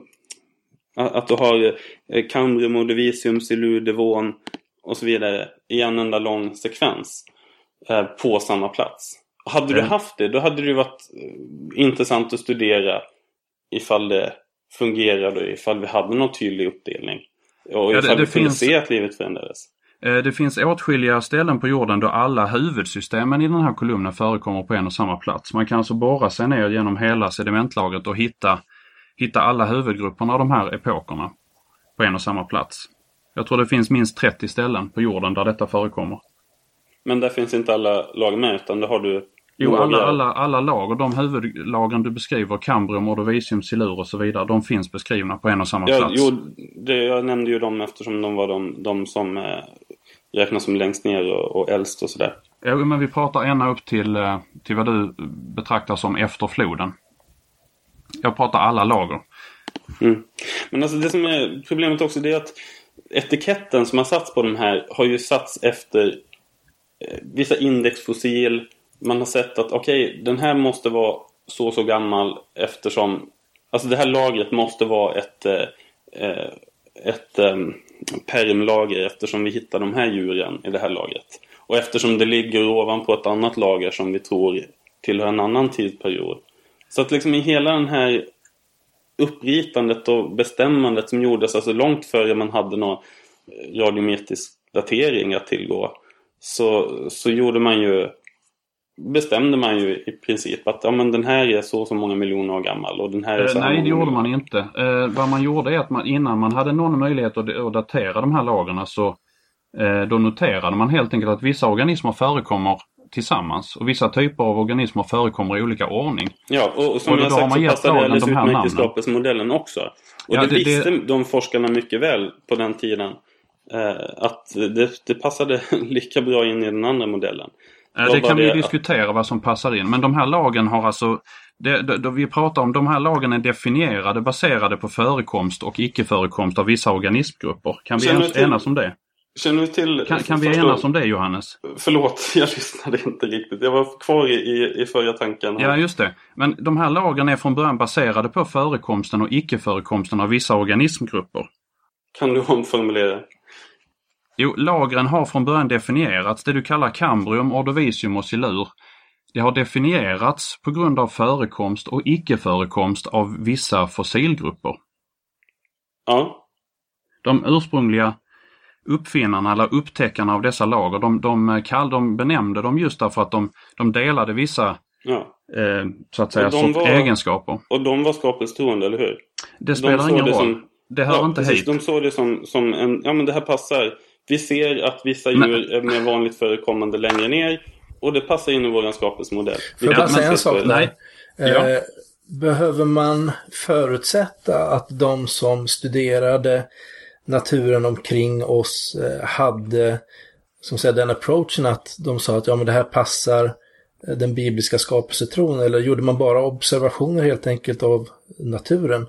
Att du har Kambrium, ordovisium, silur, devon och så vidare i en enda lång sekvens på samma plats. Hade du haft det, då hade det varit intressant att studera ifall det fungerade, ifall vi hade någon tydlig uppdelning. Och ifall vi kunde se att livet förändrades. Det finns åtskilliga ställen på jorden då alla huvudsystemen i den här kolumnen förekommer på en och samma plats. Man kan alltså borra sig ner genom hela sedimentlagret och hitta alla huvudgrupperna av de här epokerna på en och samma plats. Jag tror det finns minst 30 ställen på jorden där detta förekommer. Men där finns inte alla lag med, utan då har du... Jo, alla lag och de huvudlagen du beskriver, Kambrium, ordovisium, silur och så vidare, de finns beskrivna på en och samma plats. Jo, jag nämnde ju dem eftersom de var de som räknas som längst ner och äldst och sådär. Ja, men vi pratar ända upp till vad du betraktar som efter floden. Jag pratar alla lager. Men alltså det som är problemet också, det är att etiketten som har satts på de här har ju satts efter vissa indexfossil. Man har sett att okej, den här måste vara så gammal eftersom, alltså det här lagret måste vara ett permlager eftersom vi hittar de här djuren i det här lagret. Och eftersom det ligger ovanpå ett annat lager som vi tror tillhör en annan tidsperiod. Så att liksom i hela den här uppritandet och bestämmandet som gjordes alltså långt före man hade någon radiometrisk datering att tillgå, så gjorde man ju, bestämde man ju i princip att ja, men den här är så många miljoner år gammal och den här är så nej, det gjorde man inte. Vad man gjorde är att innan man hade någon möjlighet att datera de här lagren, så då noterade man helt enkelt att vissa organismer förekommer tillsammans och vissa typer av organismer förekommer i olika ordning. Ja, och som jag sagt så passade det alldeles utmärkt i skapelsemodellen också. Och ja, det visste de forskarna mycket väl på den tiden, att det passade lika bra in i den andra modellen. Det kan vi ju diskutera vad som passar in. Men de här lagen har alltså, då vi pratar om de här lagen är definierade baserade på förekomst och icke-förekomst av vissa organismgrupper. Kan vi enas om det? Känner du till... Kan vi enas om det, Johannes? Förlåt, jag lyssnade inte riktigt. Jag var kvar i förra tanken här. Ja, just det. Men de här lagen är från början baserade på förekomsten och icke-förekomsten av vissa organismgrupper. Kan du omformulera? Jo, lagren har från början definierats. Det du kallar kambrium, ordovisium och silur. Det har definierats på grund av förekomst och icke-förekomst av vissa fossilgrupper. Ja. De ursprungliga uppfinnarna eller upptäckarna av dessa lager, de benämnde dem just därför att de delade vissa så att säga egenskaper. Och de var skapelsetroende, eller hur? Det spelar ingen roll. Det hör inte hit. De såg det som en, ja men det här passar. Vi ser att vissa djur är mer vanligt förekommande längre ner och det passar in i vår skapelsemodell. Får jag säga en sak där? Behöver man förutsätta att de som studerade naturen omkring oss hade som säger den approachen att de sa att ja men det här passar den bibliska skapelsetron, eller gjorde man bara observationer helt enkelt av naturen?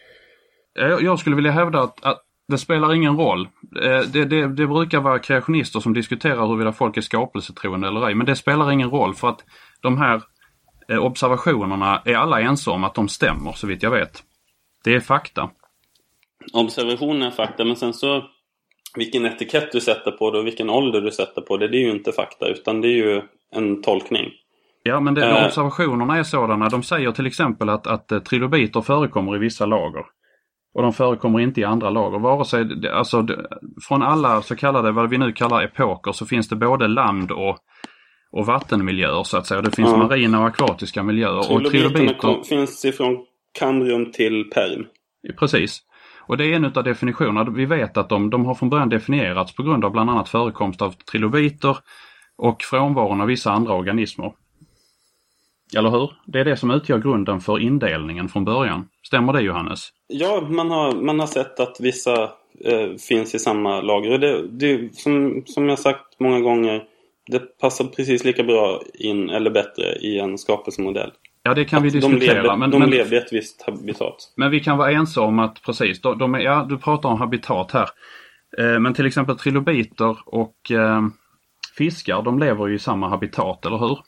Jag skulle vilja hävda att det spelar ingen roll. Det brukar vara kreationister som diskuterar huruvida folk är skapelsetroende eller ej, men det spelar ingen roll för att de här observationerna är alla ense om att de stämmer, så vitt jag vet. Det är fakta. Observationen är fakta, men sen så vilken etikett du sätter på det och vilken ålder du sätter på det, det är ju inte fakta utan det är ju en tolkning. Ja, men observationerna är sådana. De säger till exempel att trilobiter förekommer i vissa lager. Och de förekommer inte i andra lager. Vare sig, alltså, från alla så kallade, vad vi nu kallar epoker, så finns det både land och vattenmiljöer så att säga. Det finns marina och akvatiska miljöer. Och trilobiter finns ifrån kambrium till perm. Precis. Och det är en av definitionerna. Vi vet att de har från början definierats på grund av bland annat förekomst av trilobiter och frånvaron av vissa andra organismer. Eller hur? Det är det som utgör grunden för indelningen från början. Stämmer det, Johannes? Ja, man har sett att vissa finns i samma lager. Och det som jag sagt många gånger, det passar precis lika bra in eller bättre i en skapelsemodell. Ja, det kan vi diskutera. De levde i ett visst habitat. Men vi kan vara ense om att precis, du pratar om habitat här. Men till exempel trilobiter och fiskar, de lever ju i samma habitat, eller hur?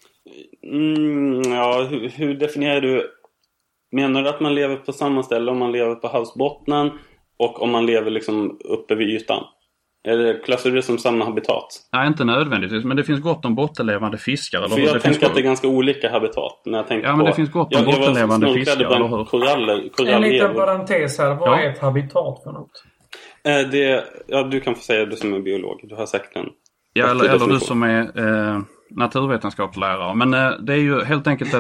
Ja, hur definierar du? Menar du att man lever på samma ställe om man lever på havsbottnen och om man lever liksom uppe vid ytan? Eller klassar du det som samma habitat? Nej, inte nödvändigtvis, men det finns gott om bottenlevande fiskar. Eller för jag tänker att det är ganska olika habitat när jag tänker men det finns gott om bottenlevande fiskar, eller hur? Koraller, en liten parentes här, vad är ett habitat för något? Du kan få säga det som är biolog, du har säkert en. Ja, eller du som är naturvetenskapslärare. Men det är ju helt enkelt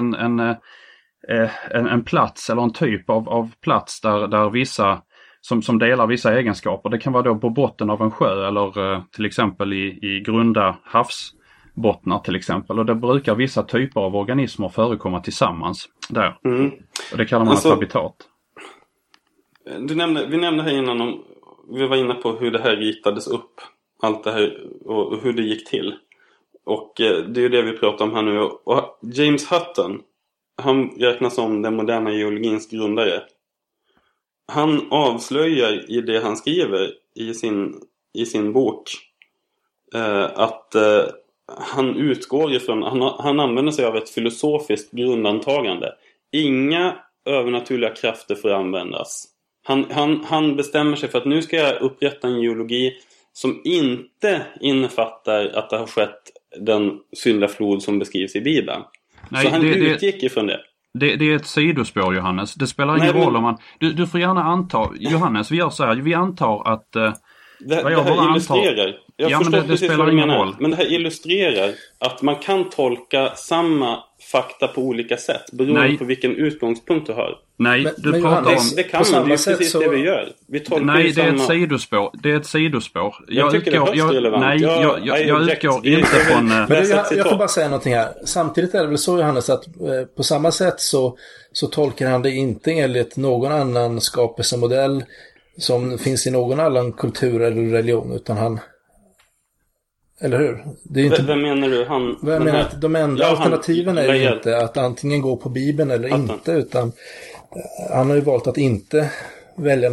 en plats eller en typ av plats där vissa som delar vissa egenskaper. Det kan vara då på botten av en sjö eller till exempel i grunda havsbottnar till exempel. Och det brukar vissa typer av organismer förekomma tillsammans där. Och det kallar man ett habitat. Vi nämnde här innan vi var inne på hur det här ritades upp. Allt det här och hur det gick till. Och det är ju det vi pratar om här nu. Och James Hutton, han räknas som den moderna geologins grundare. Han avslöjar i det han skriver i sin bok att han utgår ifrån, han använder sig av ett filosofiskt grundantagande. Inga övernaturliga krafter får användas. Han bestämmer sig för att nu ska jag upprätta en geologi som inte innefattar att det har skett den syndaflod som beskrivs i Bibeln. Så han utgick ifrån det. Det är ett sidospår, Johannes. Det spelar ingen roll om man... Du får gärna anta... Johannes, vi gör så här. Vi antar att... Det här illustrerar. Men det spelar ingen roll. Men det här illustrerar att man kan tolka samma fakta på olika sätt beroende på vilken utgångspunkt du har. Nej, du pratar om... Det kan man, det är precis det vi gör. Vi tolkar nej, det är ett sidospår. Det är ett sidospår. Jag tycker det är högst relevant. Nej, jag utgår inte från... Jag får bara säga någonting här. Samtidigt är det väl så, Johannes, att på samma sätt så tolkar han det inte enligt någon annan skapelsemodell som finns i någon annan kultur eller religion, utan han... Eller hur? Det är inte... Vem menar du? Jag menar att de enda alternativen är ju inte att antingen gå på Bibeln eller inte, utan han har ju valt att inte välja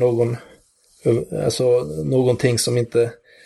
någonting som inte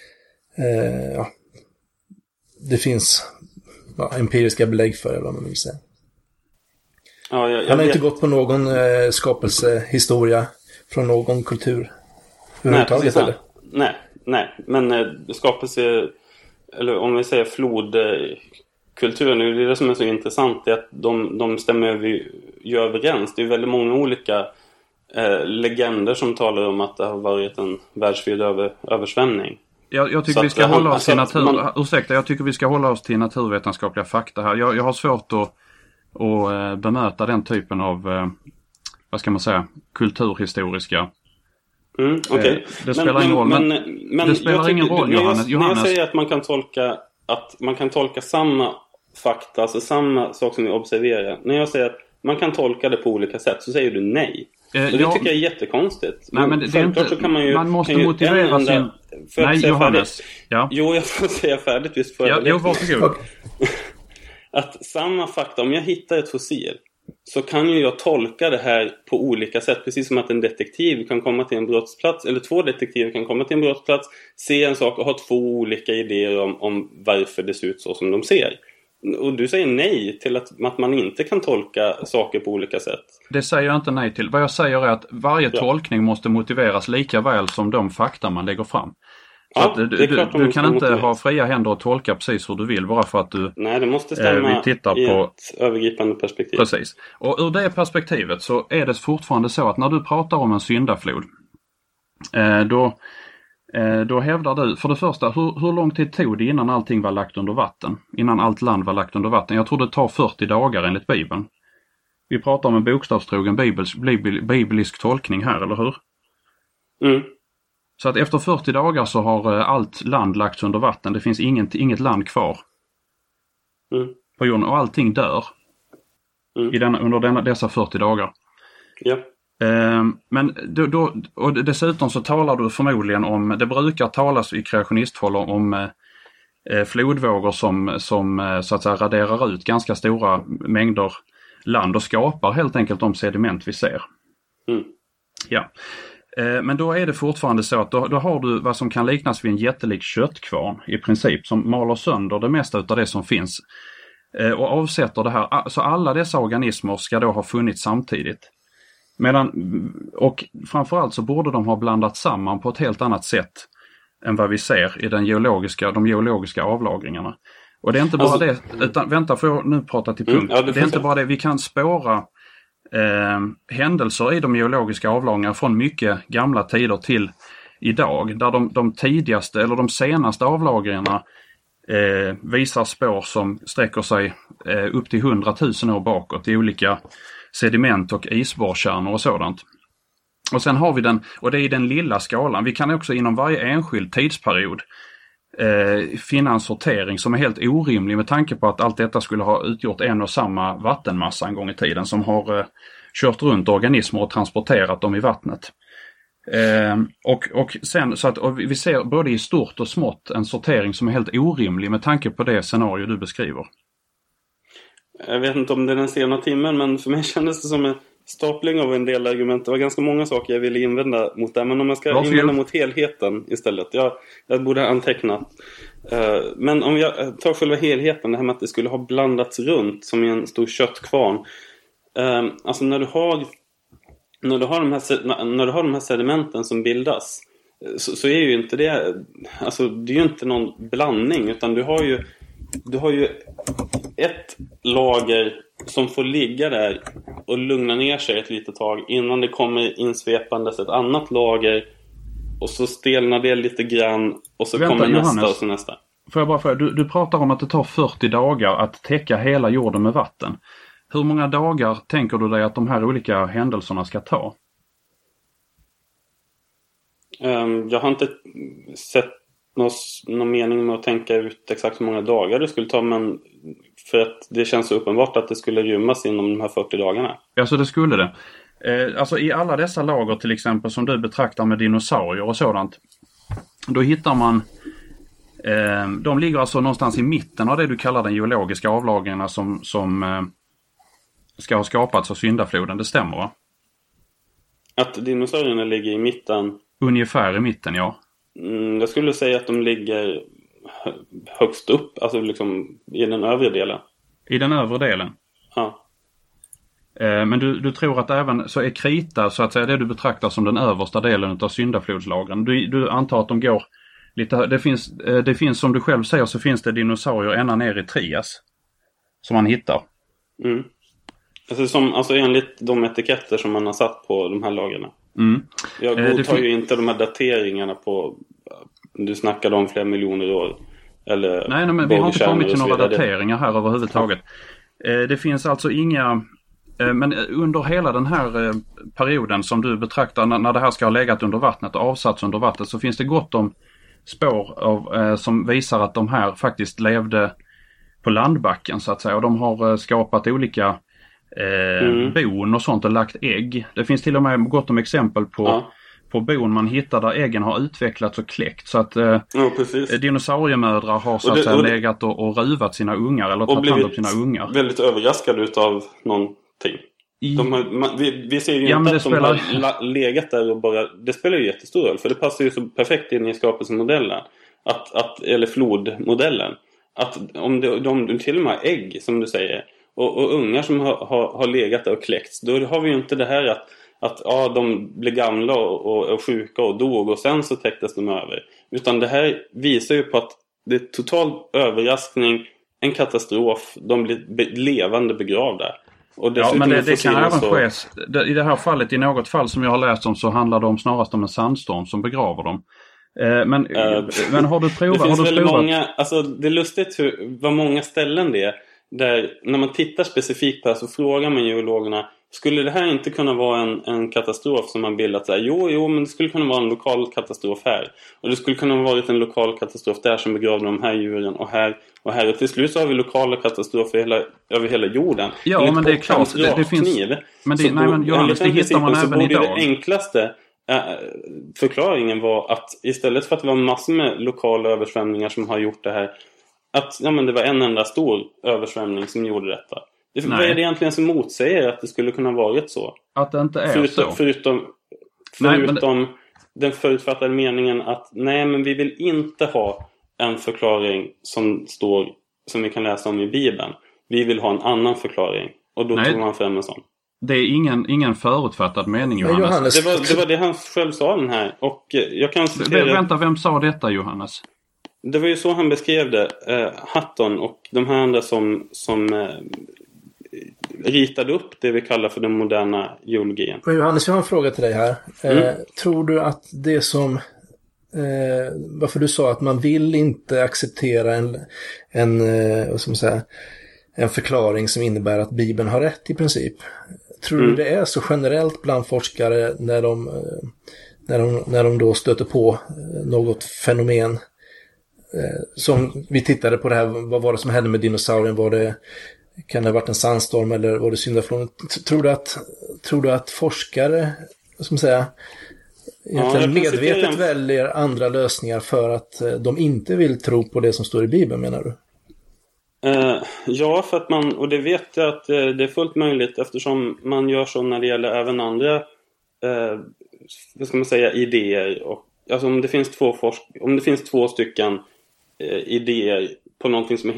det finns empiriska belägg för, eller vad man vill säga. Han har inte gått på någon skapelsehistoria från någon kultur överhuvudtaget, eller? Nej, men skapelse, eller om vi säger flodkulturen, det är det som är så intressant, är att de stämmer ju överens. Det är väldigt många olika legender som talar om att det har varit en världsvid översvämning. Jag tycker vi ska hålla oss till jag tycker vi ska hålla oss till naturvetenskapliga fakta här. Jag har svårt att bemöta den typen av vad ska man säga, kulturhistoriska. Okay. Det spelar ingen roll, men det spelar ingen roll, Johannes. När jag säger att man kan tolka samma fakta, alltså samma sak som vi observerar. När jag säger att man kan tolka det på olika sätt, så säger du nej. Och det tycker jag är jättekonstigt. Nej, men det är inte, så kan man måste motivera sin... Nej, Johannes. Ja. Jo, jag får säga färdigt visst för jo, varsågod. Att samma fakta, om jag hittar ett fossil, så kan ju jag tolka det här på olika sätt. Precis som att en detektiv kan komma till en brottsplats, eller två detektiver kan komma till en brottsplats, se en sak och ha två olika idéer om varför det ser ut så som de ser. Och du säger nej till att man inte kan tolka saker på olika sätt. Det säger jag inte nej till. Vad jag säger är att varje tolkning måste motiveras lika väl som de fakta man lägger fram. Så att du kan inte ha fria händer att tolka precis hur du vill bara för att du... Nej, det måste stämma i ett övergripande perspektiv. Precis. Och ur det perspektivet så är det fortfarande så att när du pratar om en syndaflod, då hävdar du, för det första, hur lång tid tog det innan allting var lagt under vatten? Innan allt land var lagt under vatten? Jag tror det tar 40 dagar enligt Bibeln. Vi pratar om en bokstavstrogen biblisk tolkning här, eller hur? Mm. Så att efter 40 dagar så har allt land lagts under vatten. Det finns inget land kvar på jorden, och allting dör under dessa 40 dagar. Ja. Men och dessutom så talar du förmodligen om, det brukar talas i kreationisthåll om flodvågor som så att säga raderar ut ganska stora mängder land och skapar helt enkelt de sediment vi ser. Ja. Men då är det fortfarande så att då har du vad som kan liknas vid en jättelik köttkvarn i princip, som maler sönder det mesta av det som finns och avsätter det här. Så alla dessa organismer ska då ha funnits samtidigt. Och framförallt så borde de ha blandats samman på ett helt annat sätt än vad vi ser i de geologiska avlagringarna. Och det är inte bara det, utan vänta, får jag nu prata till punkt. Det är inte bara det, vi kan spåra händelser i de geologiska avlagringarna från mycket gamla tider till idag, där de tidigaste eller de senaste avlagringarna visar spår som sträcker sig upp till 100 000 år bakåt i olika sediment och isborrkärnor och sådant. Och sen har vi och det är i den lilla skalan. Vi kan också inom varje enskild tidsperiod finna en sortering som är helt orimlig med tanke på att allt detta skulle ha utgjort en och samma vattenmassa en gång i tiden som har kört runt organismer och transporterat dem i vattnet. Och sen så att vi ser både i stort och smått en sortering som är helt orimlig med tanke på det scenario du beskriver. Jag vet inte om det är den sena timmen, men för mig kändes det som en stapling av en del argument. Det var ganska många saker jag ville invända mot det, men om jag ska invända mot helheten istället. Jag borde ha antecknat. Men om jag tar själva helheten, det här med att det skulle ha blandats runt som i en stor köttkvarn. Alltså när du har de här sedimenten som bildas, så är ju inte det, alltså det är ju inte någon blandning, utan du har ju ett lager som får ligga där och lugna ner sig ett litet tag innan det kommer insvepandes ett annat lager och så stelnar det lite grann och så kommer nästa Johannes, och så nästa. Får jag bara fråga, du pratar om att det tar 40 dagar att täcka hela jorden med vatten. Hur många dagar tänker du dig att de här olika händelserna ska ta? Jag har inte sett någon mening med att tänka ut exakt hur många dagar det skulle ta, men för att det känns så uppenbart att det skulle rymmas inom de här 40 dagarna. Ja, så det skulle det. Alltså i alla dessa lager till exempel som du betraktar med dinosaurier och sådant, då hittar man de ligger alltså någonstans i mitten av det du kallar den geologiska avlagringarna som ska ha skapats av syndafloden, det stämmer va? Att dinosaurierna ligger i mitten? Ungefär i mitten, ja. Jag skulle säga att de ligger högst upp, alltså liksom i den övre delen. I den övre delen? Ja. Men du tror att även så är krita så att säga det du betraktar som den översta delen av syndaflodslagren. Du antar att de går lite, det finns som du själv säger så finns det dinosaurier ända ner i Trias som man hittar. Mm. Alltså enligt de etiketter som man har satt på de här lagren. Mm. Jag godtar ju inte de här dateringarna på, du snackade om flera miljoner år. Eller nej, men vi har inte kommit till några dateringar här överhuvudtaget. Det finns alltså inga, men under hela den här perioden som du betraktar när det här ska ha legat under vattnet och avsatts under vattnet, så finns det gott om spår av, som visar att de här faktiskt levde på landbacken så att säga, och de har skapat olika bon och sånt och lagt ägg. Det finns till och med gott om exempel på bon man hittar där äggen har utvecklats och kläckt så att dinosauriemödrar har så att säga legat och ruvat sina ungar eller tagit hand om sina ungar. Väldigt överraskade utav någonting. Vi ser ju inte att de har legat där och bara, det spelar ju jättestor roll för det passar ju så perfekt in i skapelsemodellen eller flodmodellen att om de till och med har ägg som du säger och ungar som har legat där och kläckts, då har vi ju inte det här att de blev gamla och sjuka och dog och sen så täcktes de över, utan det här visar ju på att det är total överraskning, en katastrof, de blir levande begravda. Ja, men det kan även ske. I det här fallet, i något fall som jag har läst om, så handlar det snarast om en sandstorm som begraver dem. Men har du provat? Det finns väldigt många, alltså det är lustigt vad många ställen det är. Där när man tittar specifikt på det så frågar man geologerna, skulle det här inte kunna vara en katastrof som man bildat så här? Jo, men det skulle kunna vara en lokal katastrof här. Och det skulle kunna ha varit en lokal katastrof där som begravde de här djuren och här. Och till slut så har vi lokala katastrofer över hela jorden. Ja, men det är klart. Det finns. Men Johannes, det hittar man även idag. Det enklaste förklaringen var att istället för att det var massor med lokala översvämningar som har gjort det här, att det var en enda stor översvämning som gjorde detta. Vad är det egentligen som motsäger att det skulle kunna varit så? Att det inte är så. Förutom den förutfattade meningen att men vi vill inte ha en förklaring som vi kan läsa om i Bibeln. Vi vill ha en annan förklaring. Och då tog man fram en sån. Det är ingen förutfattad mening, Johannes. Det var det han själv sa den här. Och jag kan citera... Vänta, vem sa detta, Johannes? Det var ju så han beskrev det. Hutton och de här andra som ritade upp det vi kallar för den moderna geologin. Johannes, jag har en fråga till dig här. Tror du att det som... varför du sa att man vill inte acceptera en förklaring som innebär att Bibeln har rätt i princip. Tror du det är så generellt bland forskare när de då stöter på något fenomen som vi tittade på det här, vad var det som hände med dinosaurien, kan det ha varit en sandstorm eller var det syndafloden? Tror du att forskare egentligen medvetet väljer andra lösningar för att de inte vill tro på det som står i Bibeln, menar du? Ja, för att och det vet jag att det är fullt möjligt eftersom man gör så när det gäller även andra idéer och alltså om det finns två stycken idéer på någonting som är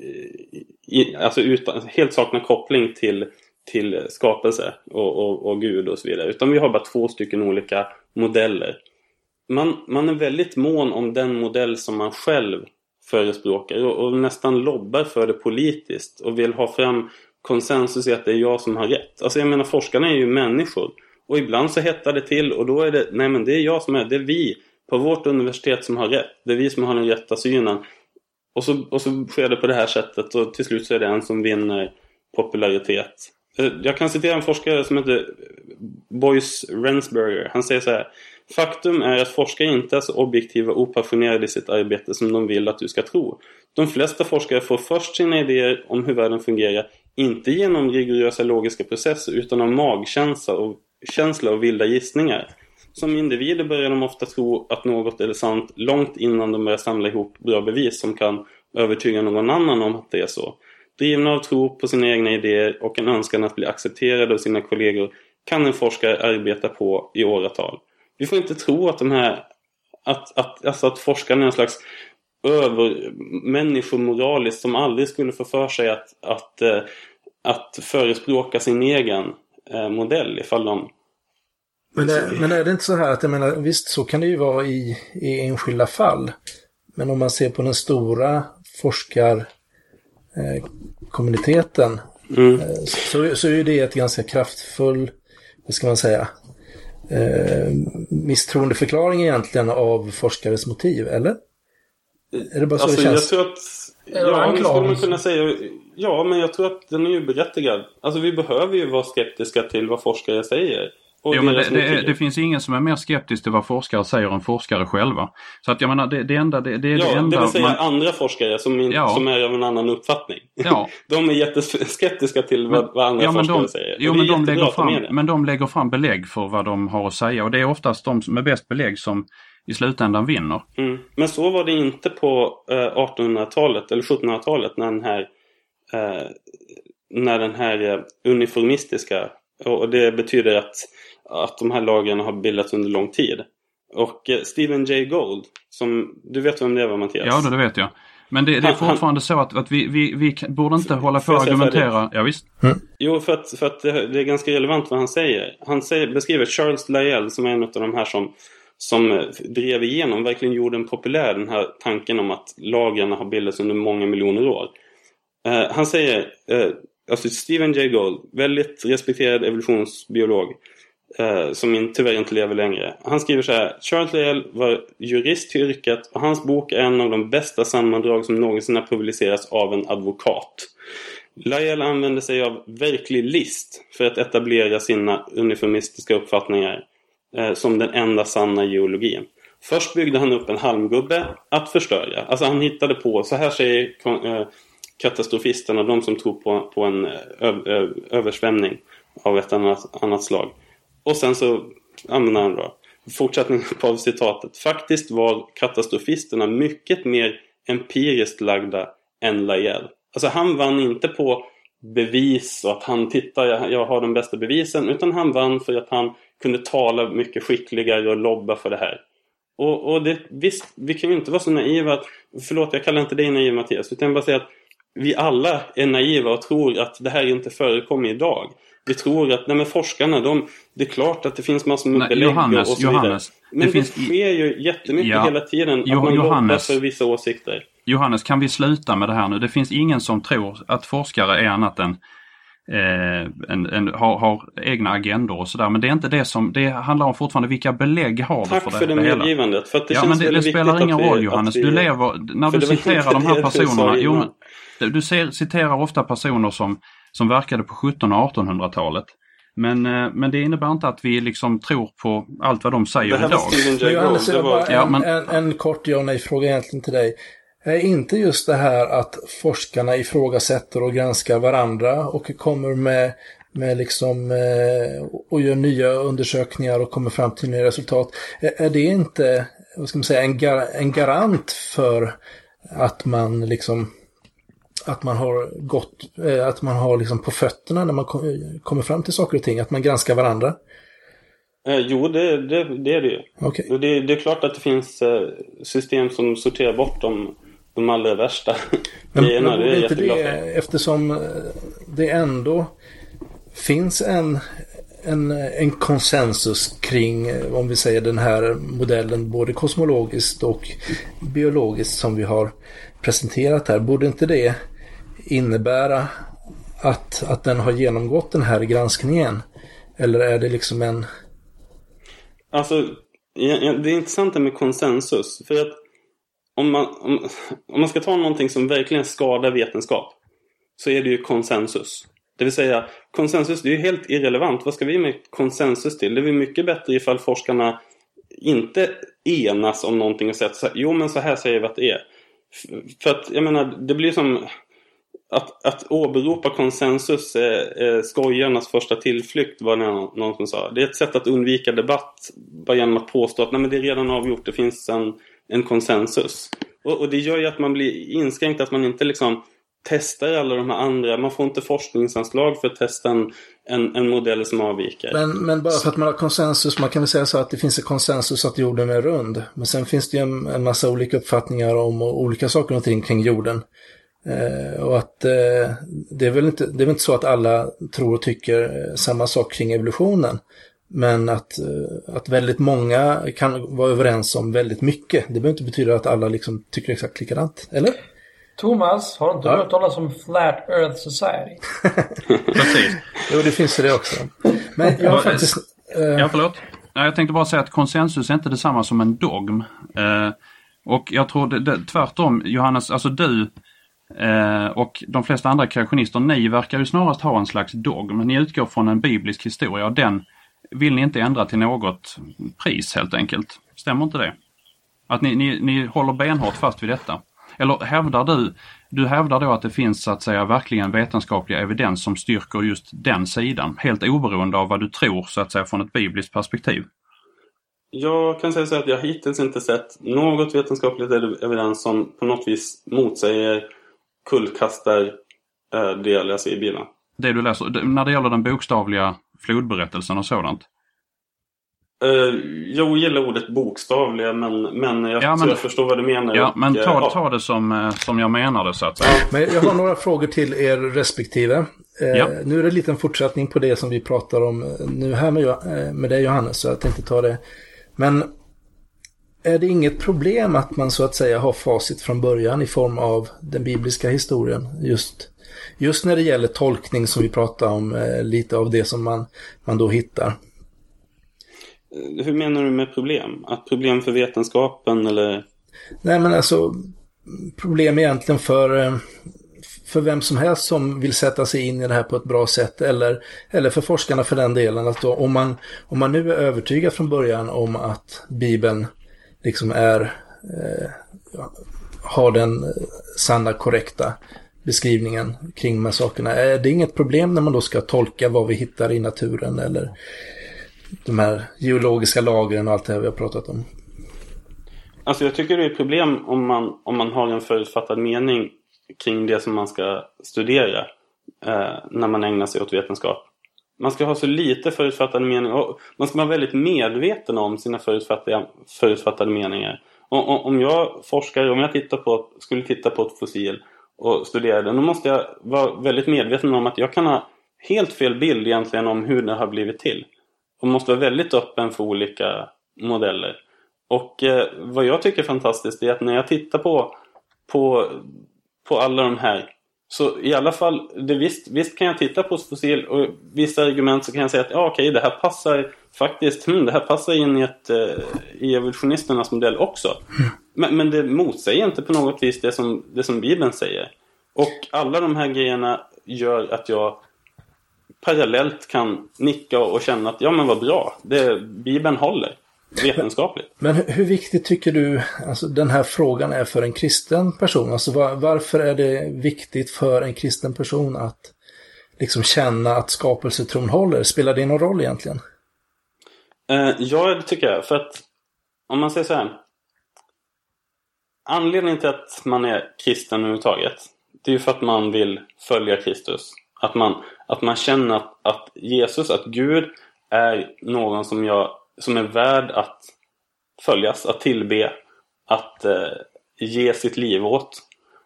helt saknar koppling till skapelse och Gud och så vidare, utan vi har bara 2 stycken olika modeller. Man är väldigt mån om den modell som man själv förespråkar och nästan lobbar för det politiskt och vill ha fram konsensus i att det är jag som har rätt. Alltså jag menar, forskarna är ju människor. Och ibland så hettar det till och då är det, nej men det är jag som är, det är vi på vårt universitet som har rätt. Det är vi som har den rätta synen. Och så sker det på det här sättet och till slut så är det en som vinner popularitet. Jag kan citera en forskare som heter Boyce Rensberger. Han säger så här: faktum är att forskare inte är så objektiva och opassionerade i sitt arbete som de vill att du ska tro. De flesta forskare får först sina idéer om hur världen fungerar, inte genom rigorösa logiska processer utan av magkänsla och vilda gissningar. Som individer börjar de ofta tro att något är sant långt innan de börjar samla ihop bra bevis som kan övertyga någon annan om att det är så. Drivna av tro på sina egna idéer och en önskan att bli accepterad av sina kollegor kan en forskare arbeta på i åratal. Vi får inte tro att att forskarna är en slags människomoraliskt som aldrig skulle få för sig att förespråka sin egen modell ifall de... Men är det inte så här att jag menar, visst så kan det ju vara i enskilda fall. Men om man ser på den stora forskarkommuniteten så är det ett ganska kraftfull, vad ska man säga, misstroendeförklaring egentligen av forskares motiv, eller? Är det bara så alltså, det känns? Jag tror att ja, det skulle man kunna säga. Ja, men jag tror att den är ju berättigad. Alltså vi behöver ju vara skeptiska till vad forskare säger. Jo, men det finns ingen som är mer skeptisk till vad forskare säger än forskare själva. Så att jag menar, det enda... Det vill säga andra forskare som är av en annan uppfattning. Ja. De är jätteskeptiska till vad andra forskare säger. Jo, men de lägger fram belägg för vad de har att säga. Och det är oftast de som är bäst belägg som i slutändan vinner. Mm. Men så var det inte på 1800-talet eller 1700-talet när den här uniformistiska, och det betyder att de här lagarna har bildats under lång tid. Och Stephen Jay Gould, som du vet vem det var, Mattias? Ja, det vet jag. Men det är fortfarande så att vi borde inte hålla på att argumentera. Ja, visst. Jo, för att det är ganska relevant vad han säger. Han beskriver Charles Lyell som är en av de här som drev igenom, verkligen gjorde en populär den här tanken om att lagarna har bildats under många miljoner år. Han säger, alltså Stephen Jay Gould, väldigt respekterad evolutionsbiolog, som tyvärr inte lever längre. Han skriver så här: Charles Lyell var jurist till yrket och hans bok är en av de bästa sammandrag som någonsin har publicerats av en advokat. Lyell använde sig av verklig list för att etablera sina uniformistiska uppfattningar som den enda sanna geologin. Först byggde han upp en halmgubbe att förstöra. Alltså han hittade på, så här säger katastrofisterna, de som tror på en översvämning av ett annat slag. Och sen så använder han då fortsättning på citatet: faktiskt var katastrofisterna mycket mer empiriskt lagda än Lyell. Alltså han vann inte på bevis och att han jag har de bästa bevisen, utan han vann för att han kunde tala mycket skickligare och lobba för det här. Och visst, vi kan ju inte vara så naiva att, förlåt, jag kallar inte dig naiv, Mattias, utan bara säga att vi alla är naiva och tror att det här inte förekommer idag. Vi tror att, nej men forskarna, det är klart att det finns massor med belägg och så vidare. Men det sker ju jättemycket hela tiden att man lobbar för vissa åsikter. Johannes, kan vi sluta med det här nu? Det finns ingen som tror att forskare är annat än har egna agendor och sådär. Men det är inte det som... Det handlar om fortfarande vilka belägg har du för det. Tack för det medgivandet. För att det känns men det spelar ingen roll, Johannes. Du lever... När du citerar de här personerna... Du citerar ofta personer som verkade på 1700- och 1800-talet. Men det innebär inte att vi liksom tror på allt vad de säger idag. Johannes, en kort ja och nej-fråga egentligen till dig. Är inte just det här att forskarna ifrågasätter och granskar varandra och kommer med liksom och gör nya undersökningar och kommer fram till nya resultat, är det inte, vad ska man säga, en garant för att man liksom att man har liksom på fötterna när man kommer fram till saker och ting, att man granskar varandra? Jo, det är det ju. Okay. Det är klart att det finns system som sorterar bort de allra värsta grejerna. Men det är inte det, eftersom det ändå finns en konsensus kring, om vi säger den här modellen, både kosmologiskt och biologiskt som vi har presenterat här. Borde inte det innebära att den har genomgått den här granskningen? Eller är det liksom en... Alltså, det är intressant med konsensus. För att om man ska ta någonting som verkligen skadar vetenskap, så är det ju konsensus. Det vill säga, konsensus, det är ju helt irrelevant. Vad ska vi med konsensus till? Det är mycket bättre ifall forskarna inte enas om någonting och säger att jo, men så här säger vi att det är. För att, jag menar, det blir som att åberopa konsensus är skojarnas första tillflykt, var någon som sa. Det är ett sätt att undvika debatt bara genom att påstå att nej, men det är redan avgjort, det finns en konsensus. Och det gör ju att man blir inskränkt, att man inte liksom testar alla de här andra. Man får inte forskningsanslag för att testa en modell som avviker. Men bara för att man har konsensus, man kan väl säga så att det finns en konsensus att jorden är rund. Men sen finns det ju en massa olika uppfattningar om olika saker och ting kring jorden. Och att det är väl inte så att alla tror och tycker samma sak kring evolutionen. Men att väldigt många kan vara överens om väldigt mycket. Det behöver inte betyda att alla liksom tycker exakt likadant, eller? Thomas, har du inte hört talas om Flat Earth Society? Precis. Jo, det finns det också. Men jag har faktiskt... Ja, förlåt. Jag tänkte bara säga att konsensus är inte detsamma som en dogm. Och jag tror det tvärtom, Johannes, alltså du och de flesta andra kreationister, ni verkar ju snarast ha en slags dogm. Ni utgår från en biblisk historia och den vill ni inte ändra till något pris helt enkelt. Stämmer inte det? Att ni håller benhårt fast vid detta? Eller hävdar du hävdar då att det finns så att säga verkligen vetenskaplig evidens som styrker just den sidan, helt oberoende av vad du tror så att säga från ett bibliskt perspektiv? Jag kan säga så att jag hittills inte sett något vetenskapligt evidens som på något vis motsäger, kullkastar det jag läser i Bibeln. Det du läser, när det gäller den bokstavliga flodberättelsen och sådant? Jag gillar ordet bokstavliga, men jag förstår vad du menar. Ja, men ta det som jag menade så att säga. Men jag har några frågor till er respektive. Nu är det lite en fortsättning på det som vi pratar om nu här med dig, Johannes, så jag tänkte ta det. Men är det inget problem att man så att säga har facit från början i form av den bibliska historien? Just när det gäller tolkning som vi pratar om, lite av det som man då hittar. Hur menar du med problem? Att problem för vetenskapen eller? Nej, men alltså problem egentligen för vem som helst som vill sätta sig in i det här på ett bra sätt, eller för forskarna för den delen, att då, om man nu är övertygad från början om att Bibeln liksom har den sanna, korrekta beskrivningen kring de här sakerna, är det inget problem när man då ska tolka vad vi hittar i naturen eller de här geologiska lagren och allt det här vi har pratat om? Alltså jag tycker det är ett problem om man har en förutfattad mening kring det som man ska studera när man ägnar sig åt vetenskap. Man ska ha så lite förutfattad mening och man ska vara väldigt medveten om sina förutfattade meningar. Om jag forskar, om jag skulle titta på ett fossil och studera det, då måste jag vara väldigt medveten om att jag kan ha helt fel bild egentligen om hur det har blivit till. Och måste vara väldigt öppen för olika modeller. Och vad jag tycker är fantastiskt är att när jag tittar på alla de här, så i alla fall, visst kan jag titta på fossil och vissa argument så kan jag säga att okej, det här passar faktiskt, det här passar in i evolutionisternas modell också. Men det motsäger inte på något vis det som Bibeln säger. Och alla de här grejerna gör att jag parallellt kan nicka och känna att ja, men vad bra, Bibeln håller vetenskapligt. Men hur viktigt tycker du alltså, den här frågan är för en kristen person? Alltså varför är det viktigt för en kristen person att liksom känna att skapelsetron håller? Spelar det någon roll egentligen? Ja, det tycker jag. För att om man säger så här, anledningen till att man är kristen överhuvudtaget, det är ju för att man vill följa Kristus. Att man känner att Jesus, att Gud är någon som är värd att följas, att tillbe, att ge sitt liv åt.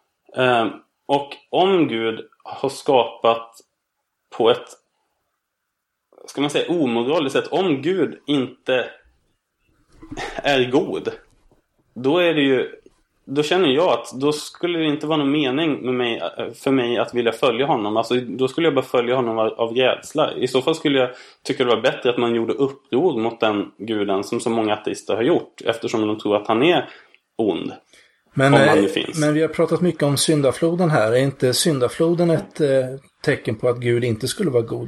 Och om Gud har skapat på ett, ska man säga, omoraliskt sätt, om Gud inte är god, då är det ju då känner jag att då skulle det inte vara någon mening för mig att vilja följa honom. Alltså, då skulle jag bara följa honom av rädsla. I så fall skulle jag tycka det var bättre att man gjorde uppror mot den guden som så många ateister har gjort, eftersom de tror att han är ond. Men vi har pratat mycket om syndafloden här. Är inte syndafloden ett tecken på att Gud inte skulle vara god?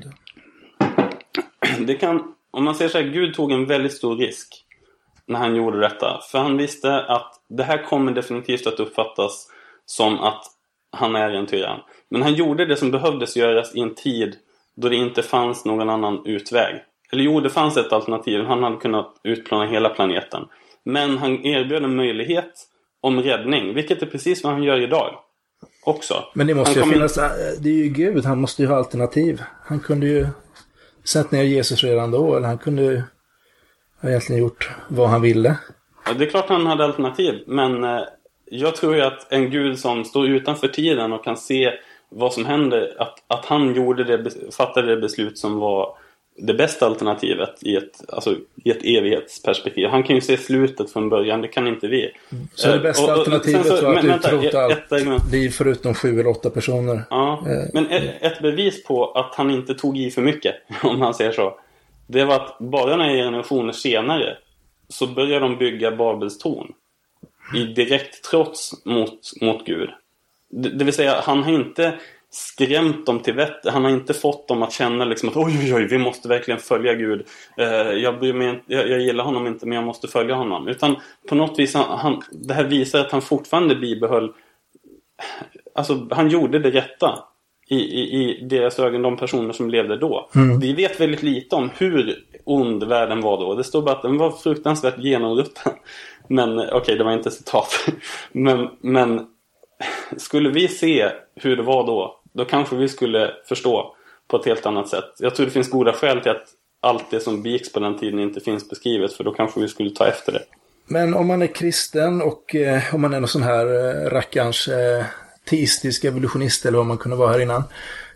Om man säger så här, Gud tog en väldigt stor risk när han gjorde detta. För han visste att det här kommer definitivt att uppfattas som att han är en tyrann. Men han gjorde det som behövdes göras i en tid då det inte fanns någon annan utväg. Eller jo, det fanns ett alternativ. Han hade kunnat utplåna hela planeten. Men han erbjöd en möjlighet om räddning, vilket är precis vad han gör idag också. Men det måste ju finnas, det är ju Gud, han måste ju ha alternativ. Han kunde ju sätta ner Jesus redan då, eller han kunde ju ha egentligen gjort vad han ville. Ja, det är klart han hade alternativ, men jag tror ju att en Gud som står utanför tiden och kan se vad som händer, att han fattade det beslut som var det bästa alternativet i ett evighetsperspektiv. Han kan ju se slutet från början, det kan inte vi. Så det bästa alternativet var att utrota allt liv förutom 7 eller 8 personer. Ja, men ett bevis på att han inte tog i för mycket, om man säger så, det var att bara några generationer senare så började de bygga Babels torn i direkt trots mot Gud. Det vill säga, han har inte skrämt dem till vett. Han har inte fått dem att känna liksom att oj, vi måste verkligen följa Gud. Jag gillar honom inte, men jag måste följa honom. Utan på något vis, det här visar att han fortfarande bibehöll, alltså han gjorde det rätta i deras ögon, de personer som levde då. Vi vet väldigt lite om hur ond världen var då. Det står bara att den var fruktansvärt genomrutten. Men okej, det var inte citat. Men skulle vi se hur det var då kanske vi skulle förstå på ett helt annat sätt. Jag tror det finns goda skäl till att allt det som begicks på den tiden inte finns beskrivet, för då kanske vi skulle ta efter det. Men om man är kristen och om man är någon sån här rackarns teistisk evolutionist eller vad man kunde vara här innan,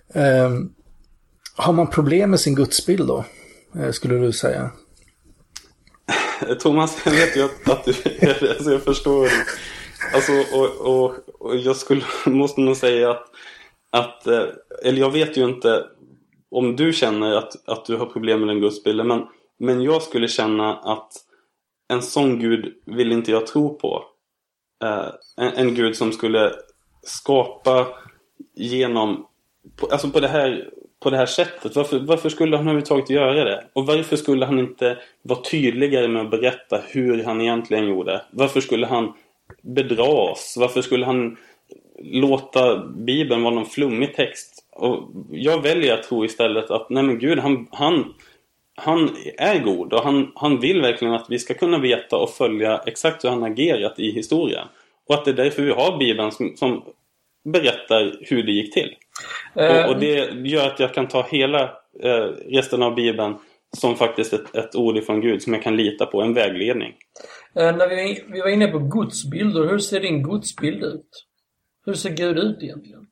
har man problem med sin gudsbild då? Skulle du säga? Thomas, jag vet ju att du alltså jag förstår. Alltså, och jag måste nog säga att eller jag vet ju inte om du känner att du har problem med den gudsbilden, men jag skulle känna att en sån Gud vill inte jag tro på. En Gud som skulle skapa genom, alltså på det här sättet. Varför skulle han överhuvudtaget göra det? Och varför skulle han inte vara tydligare med att berätta hur han egentligen gjorde? Varför skulle han bedra oss? Varför skulle han låta Bibeln vara någon flummig text? Och jag väljer att tro istället att nej men Gud, han är god, och han vill verkligen att vi ska kunna veta och följa exakt hur han agerat i historien. Och att det är därför vi har Bibeln som berättar hur det gick till. Och det gör att jag kan ta hela resten av Bibeln som faktiskt ett ord från Gud som jag kan lita på, en vägledning. När vi var inne på gudsbilder, hur ser din gudsbild ut? Hur ser Gud ut egentligen?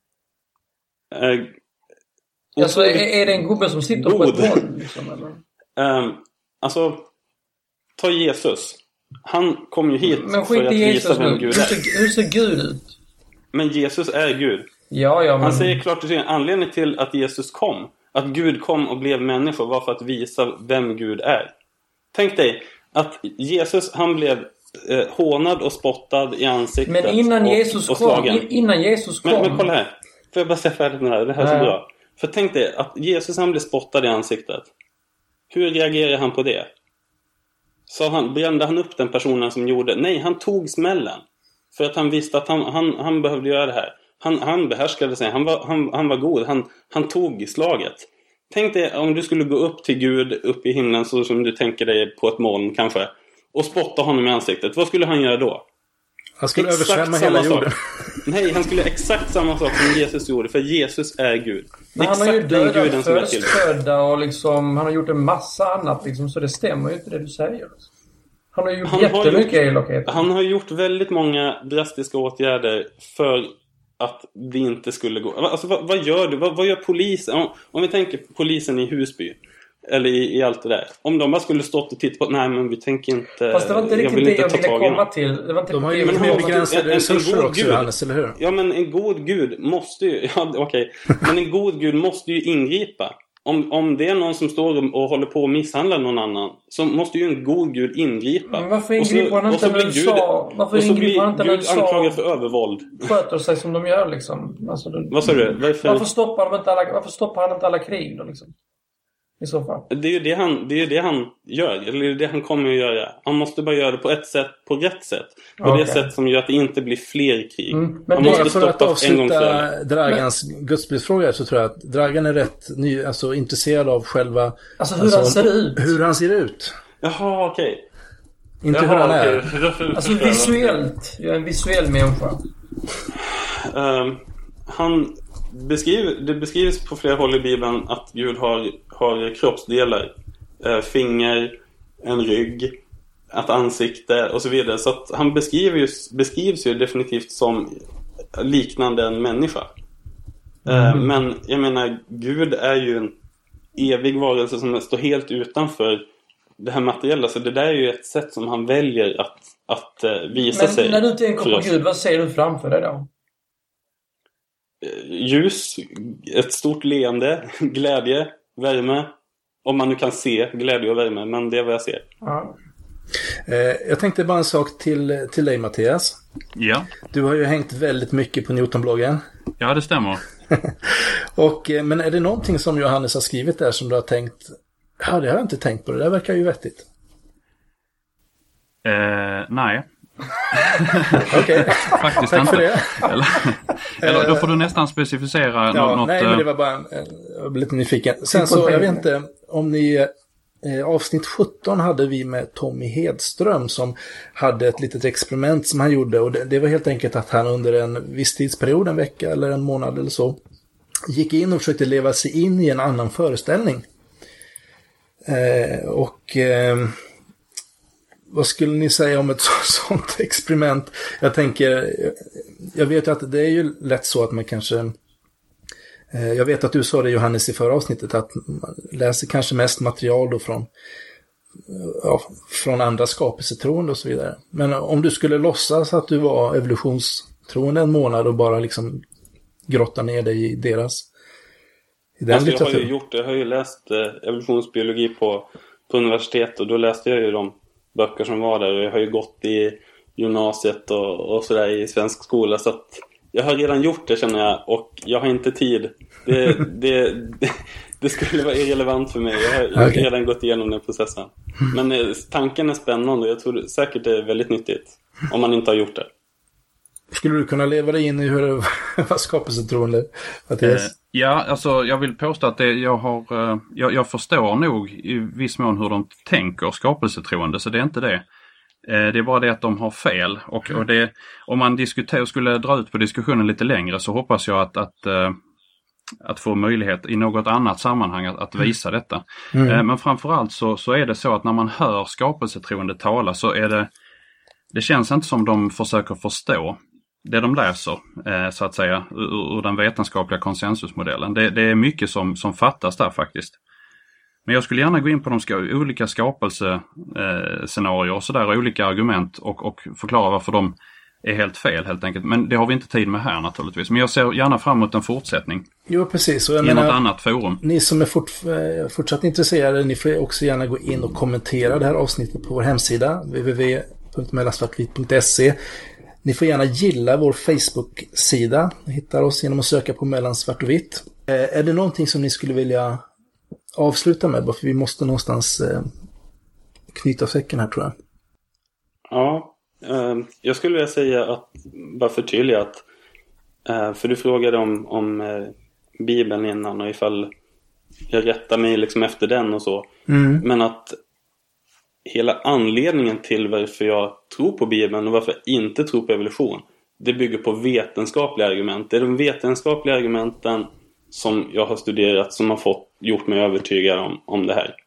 Alltså är det en gubbe som sitter på ett moln liksom, eller? Alltså, ta Jesus. Han kom ju hit för att visa vem Gud är. Hur ser Gud ut? Men Jesus är Gud. Ja, men... Han säger klart och tydligt, anledningen till att Jesus kom, att Gud kom och blev människa, var för att visa vem Gud är. Tänk dig att Jesus, han blev hånad och spottad i ansiktet. Men innan Jesus kom. Men kolla här. Får jag bara säga färdigt med det här? Det här är så bra. För tänk dig att Jesus, han blev spottad i ansiktet. Hur reagerar han på det? Brände han upp den personen som gjorde? Nej, han tog smällen. För att han visste att han behövde göra det här. Han behärskade sig. Han var god. Han tog slaget. Tänk dig om du skulle gå upp till Gud upp i himlen, så som du tänker dig på ett moln kanske, och spotta honom i ansiktet. Vad skulle han göra då? Han skulle översvämma hela jorden. Nej, han skulle exakt samma sak som Jesus gjorde. För Jesus är Gud. Men han har ju dödat förstfödda och liksom, han har gjort en massa annat liksom, så det stämmer ju inte det du säger. Han har gjort jättemycket elakheter. Han har gjort väldigt många drastiska åtgärder för att det inte skulle gå. Alltså vad gör du? Vad gör polisen? Om vi tänker på polisen i Husby. Eller i allt det där. Om de bara skulle stått och tittat på, nej men vi tänker inte... Fast det var inte riktigt det jag ville komma till. Det var inte de har ju mer begränsade resurser också, Johannes, eller hur? Ja, men en god gud måste ju... Ja, okej. Men en god gud måste ju ingripa. Om det är någon som står och håller på att misshandla någon annan, så måste ju en god gud ingripa. Men varför ingriper han inte när du sa... Varför ingriper han inte när du sa... anklagad för övervåld. Sköter sig som de gör liksom. Alltså, vad sa du? Varför stoppar han inte alla krig då liksom? I så fall. Det är ju det han gör. Eller det han kommer att göra. Han måste bara göra det på ett sätt, på rätt sätt. På det sätt som gör att det inte blir fler krig. Men han måste för att avsluta Dragans gudsbildsfråga, så tror jag att Dragan är rätt intresserad av själva... Alltså hur han ser ut. Hur han ser ut. Jaha, okej. Inte hur han är. Alltså visuellt. Jag är en visuell människa. Det beskrivs på flera håll i Bibeln att Gud har kroppsdelar. Finger, en rygg, ett ansikte och så vidare. Så att han beskrivs ju definitivt som liknande en människa. Men jag menar, Gud är ju en evig varelse som står helt utanför det här materiella. Så det där är ju ett sätt som han väljer att visa sig. Men när du tänker på Gud, vad ser du framför dig då? Ljus, ett stort leende, glädje, värme. Om man nu kan se glädje och värme, men det är vad jag ser. Ja. Jag tänkte bara en sak till dig, Mattias. Ja. Du har ju hängt väldigt mycket på Newtonbloggen. Ja, det stämmer. Men är det någonting som Johannes har skrivit där som du har tänkt, ja, det har jag inte tänkt på, det där verkar ju vettigt. Nej. Okej. Faktiskt tack inte. för det. Eller då får du nästan specificera något. Nej, men det var bara jag blev lite nyfiken. Sen så, jag vet inte om ni avsnitt 17 hade vi med Tommy Hedström som hade ett litet experiment som han gjorde, och det var helt enkelt att han under en viss tidsperiod, en vecka eller en månad eller så, gick in och försökte leva sig in i en annan föreställning. Vad skulle ni säga om ett sånt experiment? Jag tänker, jag vet att det är ju lätt så att man kanske, jag vet att du sa det, Johannes, i förra avsnittet, att man läser kanske mest material då från andra skapelsetroende och så vidare. Men om du skulle låtsas att du var evolutionstroende en månad och bara liksom grotta ner dig i deras... Jag har ju läst evolutionsbiologi på universitet, och då läste jag ju de böcker som var där, och jag har ju gått i gymnasiet och sådär i svensk skola, så att jag har redan gjort det, känner jag, och jag har inte tid. Det skulle vara irrelevant för mig. Jag har redan gått igenom den processen. Men tanken är spännande, och jag tror säkert det är väldigt nyttigt om man inte har gjort det. Skulle du kunna leva dig in i hur det var skapelsetroende? Ja, alltså jag vill påstå att jag förstår nog i viss mån hur de tänker skapelsetroende, så det är inte det. Det är bara det att de har fel, och det, om man skulle dra ut på diskussionen lite längre, så hoppas jag att få möjlighet i något annat sammanhang att visa detta. Men framförallt så är det så att när man hör skapelsetroende tala, så är det känns inte som de försöker förstå det de läser, så att säga, ur den vetenskapliga konsensusmodellen. Det är mycket som fattas där faktiskt. Men jag skulle gärna gå in på de olika skapelsescenarier och sådär, olika argument och förklara varför de är helt fel, helt enkelt. Men det har vi inte tid med här naturligtvis. Men jag ser gärna fram emot en fortsättning. Jo, precis. Och i något annat forum. Ni som är fortsatt intresserade, ni får också gärna gå in och kommentera det här avsnittet på vår hemsida www.mellansvartvitt.se. Ni får gärna gilla vår Facebook-sida. Ni hittar oss genom att söka på Mellansvart och vitt. Är det någonting som ni skulle vilja avsluta med? För vi måste någonstans knyta säcken här, tror jag. Ja, jag skulle vilja säga att, bara förtydliga att, för du frågade om Bibeln innan och ifall jag rättar mig liksom efter den och så. Men att hela anledningen till varför jag tror på Bibeln och varför jag inte tror på evolution, det bygger på vetenskapliga argument. Det är de vetenskapliga argumenten som jag har studerat som har gjort mig övertygad om det här.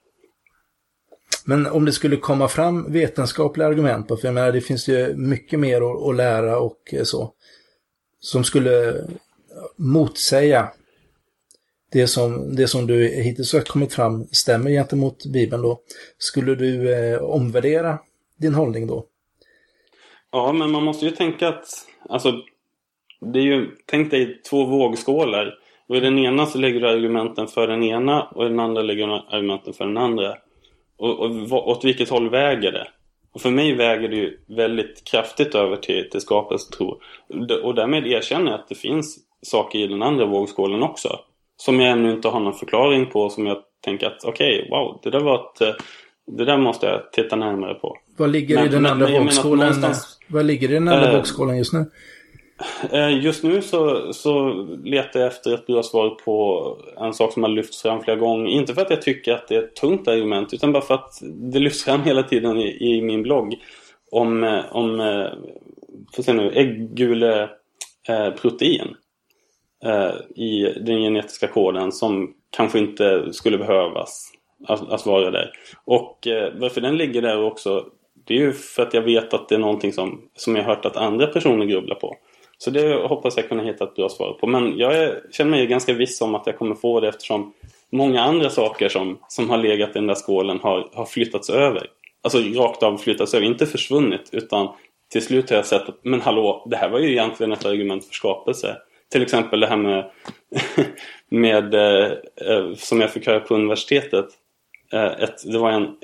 Men om det skulle komma fram vetenskapliga argument, för jag menar, det finns ju mycket mer att lära och så, som skulle motsäga det som du hittills har kommit fram stämmer gentemot Bibeln då, skulle du omvärdera din hållning då? Ja, men man måste ju tänka att alltså, det är ju, tänk dig 2 vågskålar. Och i den ena så lägger du argumenten för den ena och i den andra lägger du argumenten för den andra. Och åt vilket håll väger det? Och för mig väger det ju väldigt kraftigt över till skapelsetro. Och därmed erkänner jag att det finns saker i den andra vågskålen också. Som jag ännu inte har någon förklaring på. Som jag tänker att okej, wow, det där måste jag titta närmare på. Vad ligger i den andra vågskålen? Vad ligger i den andra vågskålen just nu? Just nu så letar jag efter ett bra svar på en sak som har lyfts fram flera gånger. Inte för att jag tycker att det är ett tungt argument, utan bara för att det lyfts fram hela tiden i min blogg om får se nu, äggule protein i den genetiska koden som kanske inte skulle behövas att vara där. Och varför den ligger där också, det är ju för att jag vet att det är någonting som jag har hört att andra personer grubblar på. Så det hoppas jag kunna hitta ett bra svar på. Men jag känner mig ganska viss om att jag kommer få det, eftersom många andra saker som har legat i den där skålen har flyttats över. Alltså rakt av flyttats över, inte försvunnit, utan till slut har jag sett att men hallå, det här var ju egentligen ett argument för skapelse. Till exempel det här med som jag fick höra på universitetet. Det var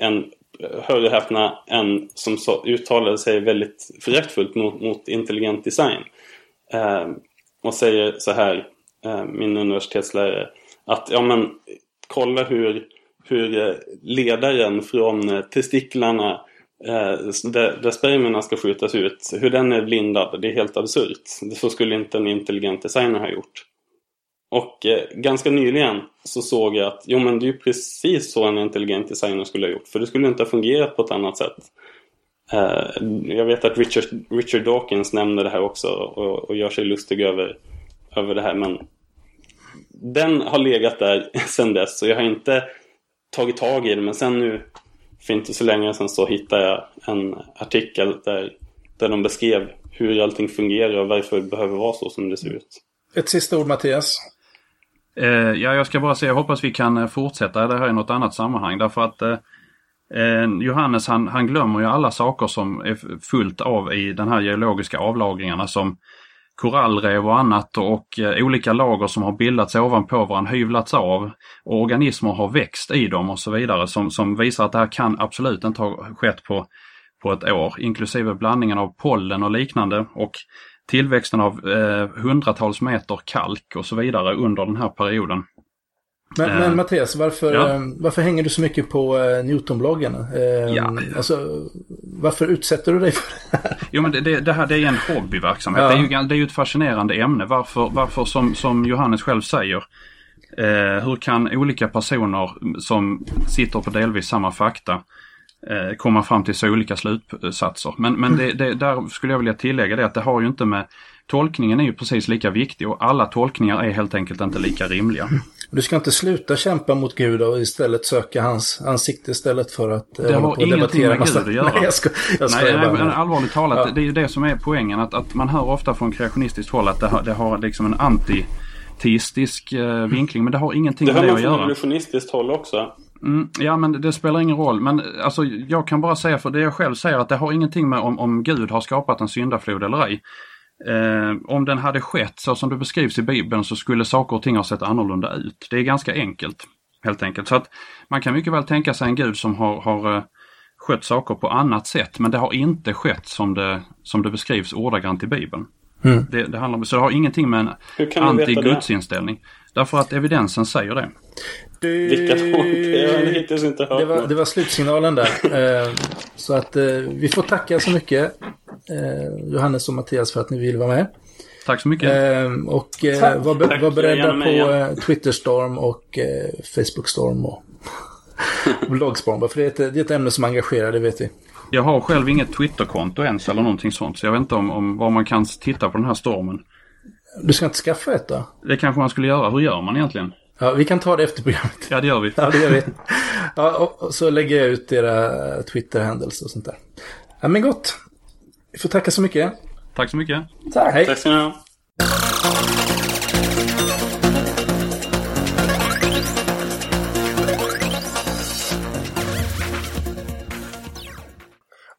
en som uttalade sig väldigt föraktfullt mot intelligent design. Och säger så här, min universitetslärare, att ja men kolla hur ledaren från testiklarna där spermierna ska skjutas ut, hur den är blindad, det är helt absurt. Så skulle inte en intelligent designer ha gjort. Och ganska nyligen så såg jag att jo men det är ju precis så en intelligent designer skulle ha gjort, för det skulle inte ha fungerat på ett annat sätt. Jag vet att Richard Dawkins nämnde det här också och gör sig lustig över det här, men den har legat där sedan dess, så jag har inte tagit tag i det. Men sen nu, för inte så länge sedan, så hittade jag en artikel där de beskrev hur allting fungerar och varför det behöver vara så som det ser ut. Ett sista ord, Mattias. Ja, jag ska bara säga, jag hoppas vi kan fortsätta det här i något annat sammanhang, därför att Johannes han glömmer ju alla saker som är fullt av i den här geologiska avlagringarna, som korallrev och annat, och olika lager som har bildats ovanpå varandra, hyvlats av, och organismer har växt i dem och så vidare, som visar att det här kan absolut inte ha skett på ett år, inklusive blandningen av pollen och liknande, och tillväxten av hundratals meter kalk och så vidare under den här perioden. Men Mattias, varför hänger du så mycket på Newton-bloggen? Alltså, varför utsätter du dig för det här? Jo, men det här är en hobbyverksamhet. Ja. Det är ju ett fascinerande ämne. Varför som Johannes själv säger, hur kan olika personer som sitter på delvis samma fakta komma fram till så olika slutsatser? Men där skulle jag vilja tillägga det, att det har ju inte med... Tolkningen är ju precis lika viktig, och alla tolkningar är helt enkelt inte lika rimliga. Du ska inte sluta kämpa mot Gud och istället söka hans ansikte istället för att det har ingenting med Gud att göra. Nej, jag men allvarligt talat, det är ju det som är poängen, att man hör ofta från kreationistiskt håll att det har liksom en anti-teistisk vinkling, men det har ingenting med det att göra. Det har man från evolutionistiskt håll också. Ja, men det spelar ingen roll. Men alltså, jag kan bara säga, för det jag själv säger, att det har ingenting med om Gud har skapat en syndaflod eller ej. Om den hade skett så som det beskrivs i Bibeln, så skulle saker och ting ha sett annorlunda ut. Det är ganska enkelt, helt enkelt. Så att man kan mycket väl tänka sig en Gud som har skött saker på annat sätt, men det har inte skett som det beskrivs ordagrant i Bibeln. Det handlar om, så det har ingenting med en anti-gudsinställning. Därför att evidensen säger det. Det var slutsignalen där. Så att vi får tacka så mycket, Johannes och Mattias, för att ni ville vara med. Tack så mycket. Och var beredda på Twitterstorm och Facebookstorm och bloggstorm. För det är ett ämne som engagerar, det vet vi. Jag har själv inget Twitterkonto ens eller någonting sånt, så jag vet inte om var man kan titta på den här stormen. Du ska inte skaffa ett då? Det kanske man skulle göra. Hur gör man egentligen? Ja, vi kan ta det efter programmet. Ja, det gör vi. Ja, det gör vi. Ja, och så lägger jag ut era Twitter-handles och sånt där. Ja, men gott. Vi får tacka så mycket. Tack så mycket. Tack. Hej. Tack så mycket.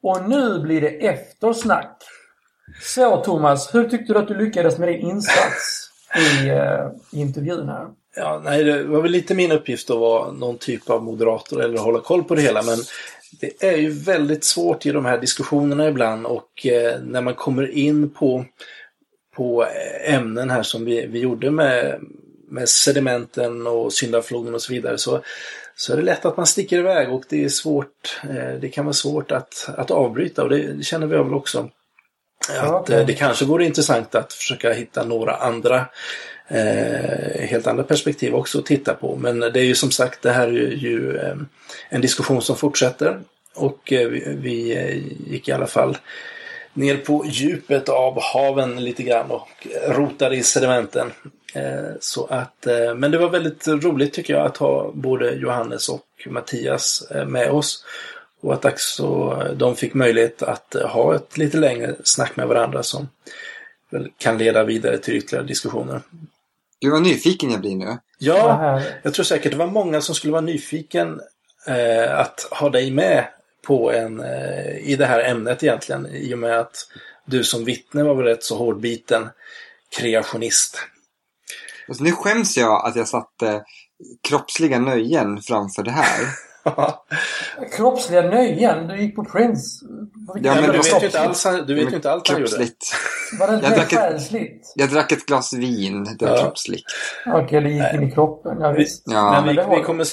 Och nu blir det eftersnack. Så Thomas, hur tyckte du att du lyckades med din insats i intervjun här? Ja, nej, det var väl lite min uppgift att vara någon typ av moderator eller hålla koll på det hela, men det är ju väldigt svårt i de här diskussionerna ibland, och när man kommer in på ämnen här som vi gjorde med sedimenten och syndafloden och så vidare, så är det lätt att man sticker iväg, och det är svårt, det kan vara svårt att avbryta, och det känner vi väl också. Att det kanske vore intressant att försöka hitta några andra helt andra perspektiv också att titta på. Men det är ju som sagt, det här är ju en diskussion som fortsätter, och vi gick i alla fall ner på djupet av haven lite grann och rotade i sedimenten. Så att, men det var väldigt roligt tycker jag att ha både Johannes och Mattias med oss, och att också de fick möjlighet att ha ett lite längre snack med varandra som väl kan leda vidare till ytterligare diskussioner. Du var nyfiken jag blir nu. Ja, jag tror säkert det var många som skulle vara nyfiken att ha dig med på i det här ämnet egentligen, i och med att du som vittne var väl rätt så hårdbiten kreationist. Alltså, nu skäms jag att jag satte kroppsliga nöjen framför det här. Kroppsliga nöjen? Du gick på Prince. Ja, men du vet ju inte alls han gjorde. Var det inte själsligt? Jag drack ett glas vin. Det var kroppsligt. Okej, det gick in i kroppen. Ja, visst. Ja. Men vi kommer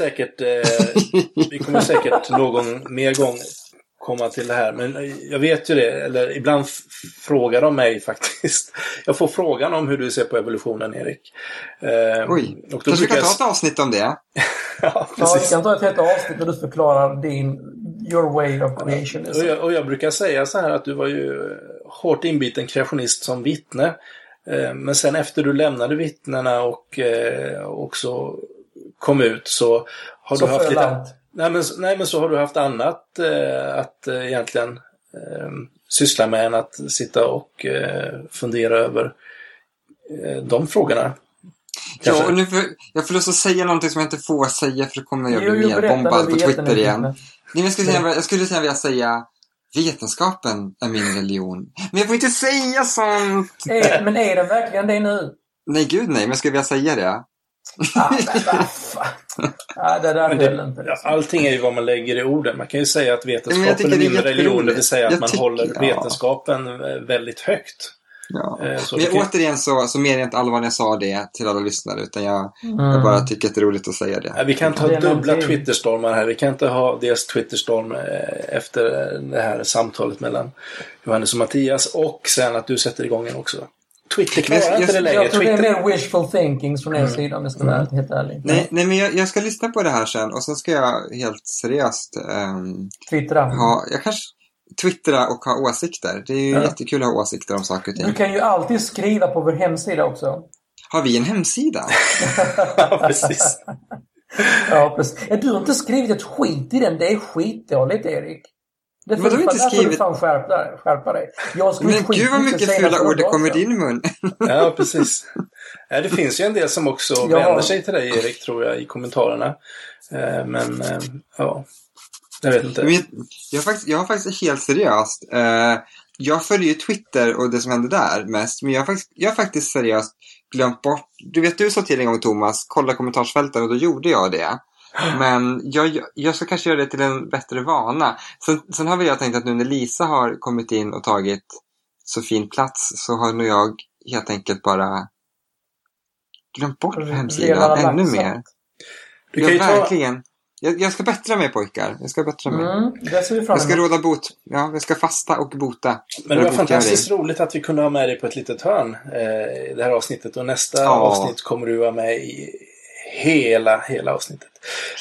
säkert någon mer gång komma till det här. Men jag vet ju det, eller ibland frågar de mig faktiskt. Jag får frågan om hur du ser på evolutionen, Erik. Oj, och då kanske vi kan ta ett avsnitt om det. Ja, precis. Vi kan ta ett helt avsnitt där du förklarar your way of creationism. Och jag brukar säga så här att du var ju hårt inbiten kreationist som vittne. Men sen efter du lämnade vittnena och också kom ut, så har du haft lite... Nej, men så har du haft annat att egentligen syssla med än att sitta och fundera över de frågorna. Kanske. Ja, och nu jag får lust att säga någonting som jag inte får säga, för då kommer jag bli mer bombad på Twitter igen. Nej, jag skulle säga vetenskapen är min religion. Men jag får inte säga sånt! Men är den verkligen det nu? Nej, gud nej, men skulle jag säga det? Det där är inte. Allting är ju vad man lägger i orden. Man kan ju säga att vetenskapen är min religion, det vill säga att man håller vetenskapen väldigt högt. Ja. Men återigen så menar jag inte allvar när jag sa det till alla lyssnare, utan jag bara tycker att det är roligt att säga det. Vi kan inte ha dubbla Twitterstormar här. Vi kan inte ha deras Twitterstorm efter det här samtalet mellan Johannes och Mattias, och sen att du sätter igång en också. Twitter klarar inte det längre. Jag tror det är mer wishful thinking från er sida, om jag ska vara helt ärlig. Nej, men jag ska lyssna på det här sen, och sen ska jag helt seriöst twittra. Jag kanske twittra och ha åsikter. Det är ju jättekul att ha åsikter om saker och ting. Du kan ju alltid skriva på vår hemsida också. Har vi en hemsida? Ja, precis. Ja, precis. Du har inte skrivit ett skit i den. Det är skitdåligt, Erik. Men du har inte skrivit... skärpa dig. Men gud vad mycket fula ord det kommer i din mun. Ja, precis. Det finns ju en del som också vänder sig till dig, Erik, tror jag, i kommentarerna. Men jag vet inte. Men jag har faktiskt helt seriöst. Jag följer ju Twitter och det som händer där mest. Men jag har faktiskt seriöst glömt bort. Du vet, du sa till en gång, Thomas, kolla kommentarsfälten, och då gjorde jag det. Men jag ska kanske göra det till en bättre vana. Sen har väl jag tänkt att nu när Lisa har kommit in och tagit så fin plats, så har nog jag helt enkelt bara glömt bort hemsidan ännu mer. Du kan ju verkligen. Jag ska bättra mig, pojkar. Jag ska bättra mig. Jag ska råda bot. Ja, jag ska fasta och bota. Men det var fantastiskt roligt att vi kunde ha med dig på ett litet hörn i det här avsnittet. Och nästa avsnitt kommer du vara med i hela avsnittet.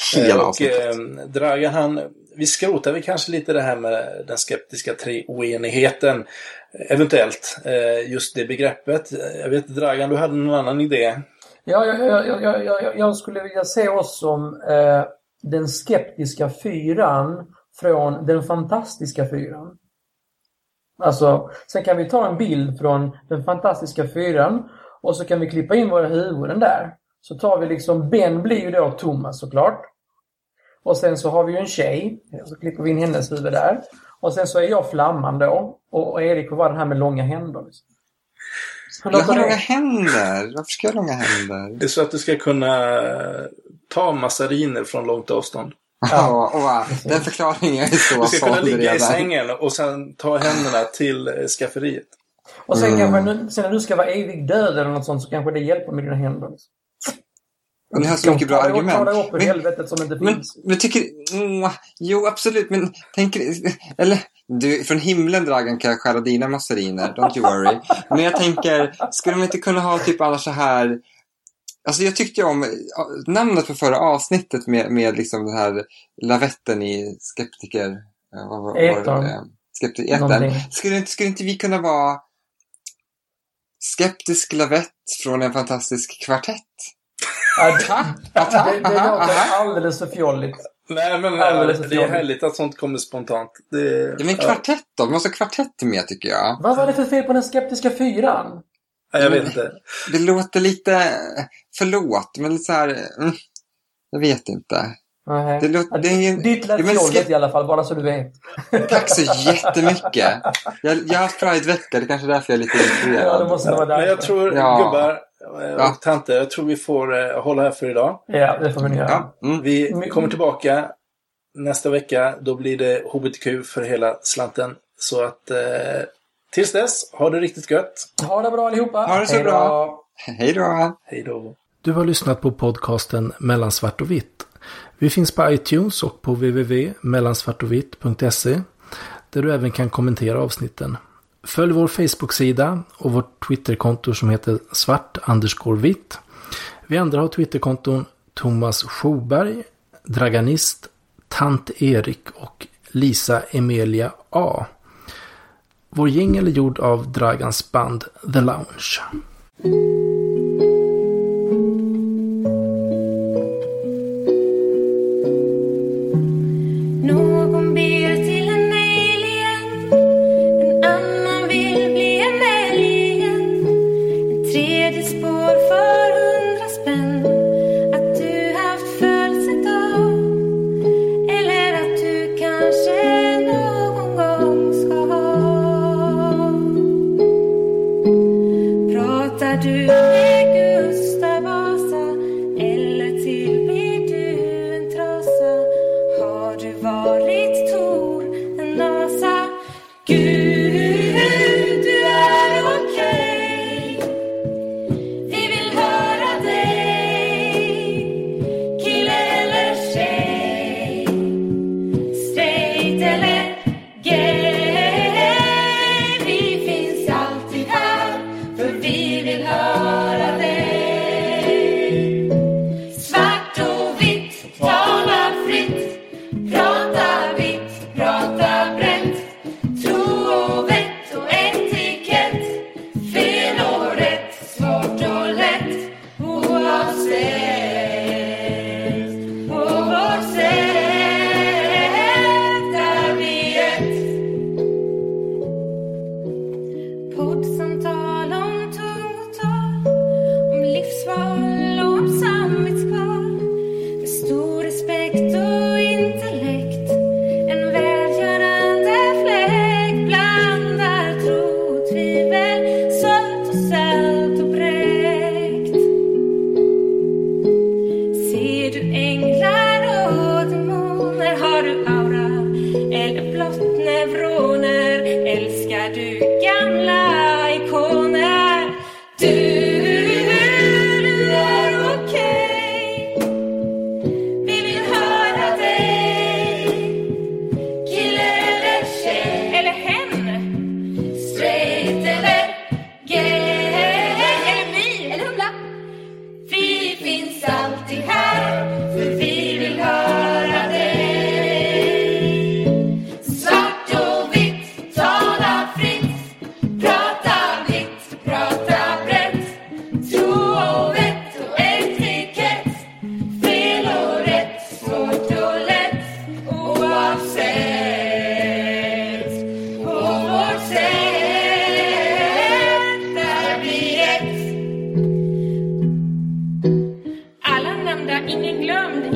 Dragan, vi skrotar vi kanske lite det här med den skeptiska treoenigheten. Eventuellt just det begreppet. Jag vet, Dragan, du hade någon annan idé. Ja, jag skulle vilja se oss som den skeptiska fyran från den fantastiska fyran. Alltså, sen kan vi ta en bild från den fantastiska fyran, och så kan vi klippa in våra huvuden där. Så tar vi liksom, Ben blir ju då Thomas såklart. Och sen så har vi ju en tjej. Så klipper vi in hennes huvud där. Och sen så är jag Flamman då. Och Erik får vara den här med långa händer. Liksom. Jag har långa händer. Varför ska jag ha långa händer? Det är så att du ska kunna ta massariner från långt avstånd. Ja, den förklaringen är så. Du ska kunna ligga i sängen och sen ta händerna till skafferiet. Och sen kanske sen när du ska vara evig död eller något sånt så kanske det hjälper med dina händer. Liksom. Och ni har så mycket bra argument. Men tycker... jo, absolut. Men tänker... Eller... Du, från himlen, Dragan, kan jag skära dina massariner. Don't you worry. Men jag tänker, skulle de inte kunna ha typ annars så här... Alltså jag tyckte ju om namnet på förra avsnittet med liksom den här lavetten i skeptiker... Skeptiker. Skulle inte vi kunna vara skeptisk lavett från en fantastisk kvartett? Det låter alldeles för fjolligt. Nej, men det är härligt att sånt kommer spontant. Ja, men kvartett då? Vi måste ha kvartett med, tycker jag. Vad var det för fel på den skeptiska 4:an? Jag vet inte. Det låter lite... Förlåt, men lite så här... jag vet inte. Det ditt lät fjolligt i alla fall, bara så du vet. Tack så jättemycket. Jag har haft Pride-vecka, det är kanske därför jag är lite inspirerad. Ja, det måste vara därför. Men jag tror, gubbar och tanter, jag tror vi får hålla här för idag. Ja, det får vi göra. Vi kommer tillbaka nästa vecka. Då blir det HBTQ för hela slanten. Så att tills dess, ha det riktigt gött. Ha det bra allihopa. Ha det så bra. Hej då. Hej då. Du har lyssnat på podcasten Mellan svart och vitt. Vi finns på iTunes och på www.mellansvartovitt.se där du även kan kommentera avsnitten. Följ vår Facebook-sida och vårt Twitterkonto som heter svart_vitt. Vi andra har Twitterkonton Thomas Sjoberg, Draganist, Tant Erik och Lisa Emilia A. Vår jingle är gjord av Dragans band The Lounge. Du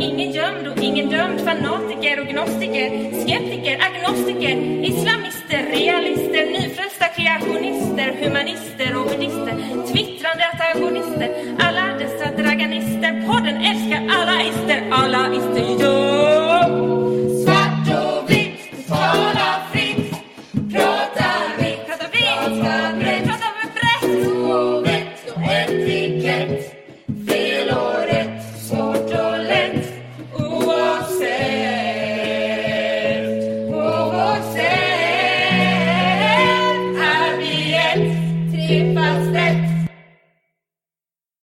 ingen gömd och ingen dömd. Fanatiker och gnostiker, skeptiker, agnostiker, islamister, realister, nyfrälsta kreationister, humanister och buddhister, twittrande antagonister, alla dessa draganister. Podden älskar alla ister, alla ister.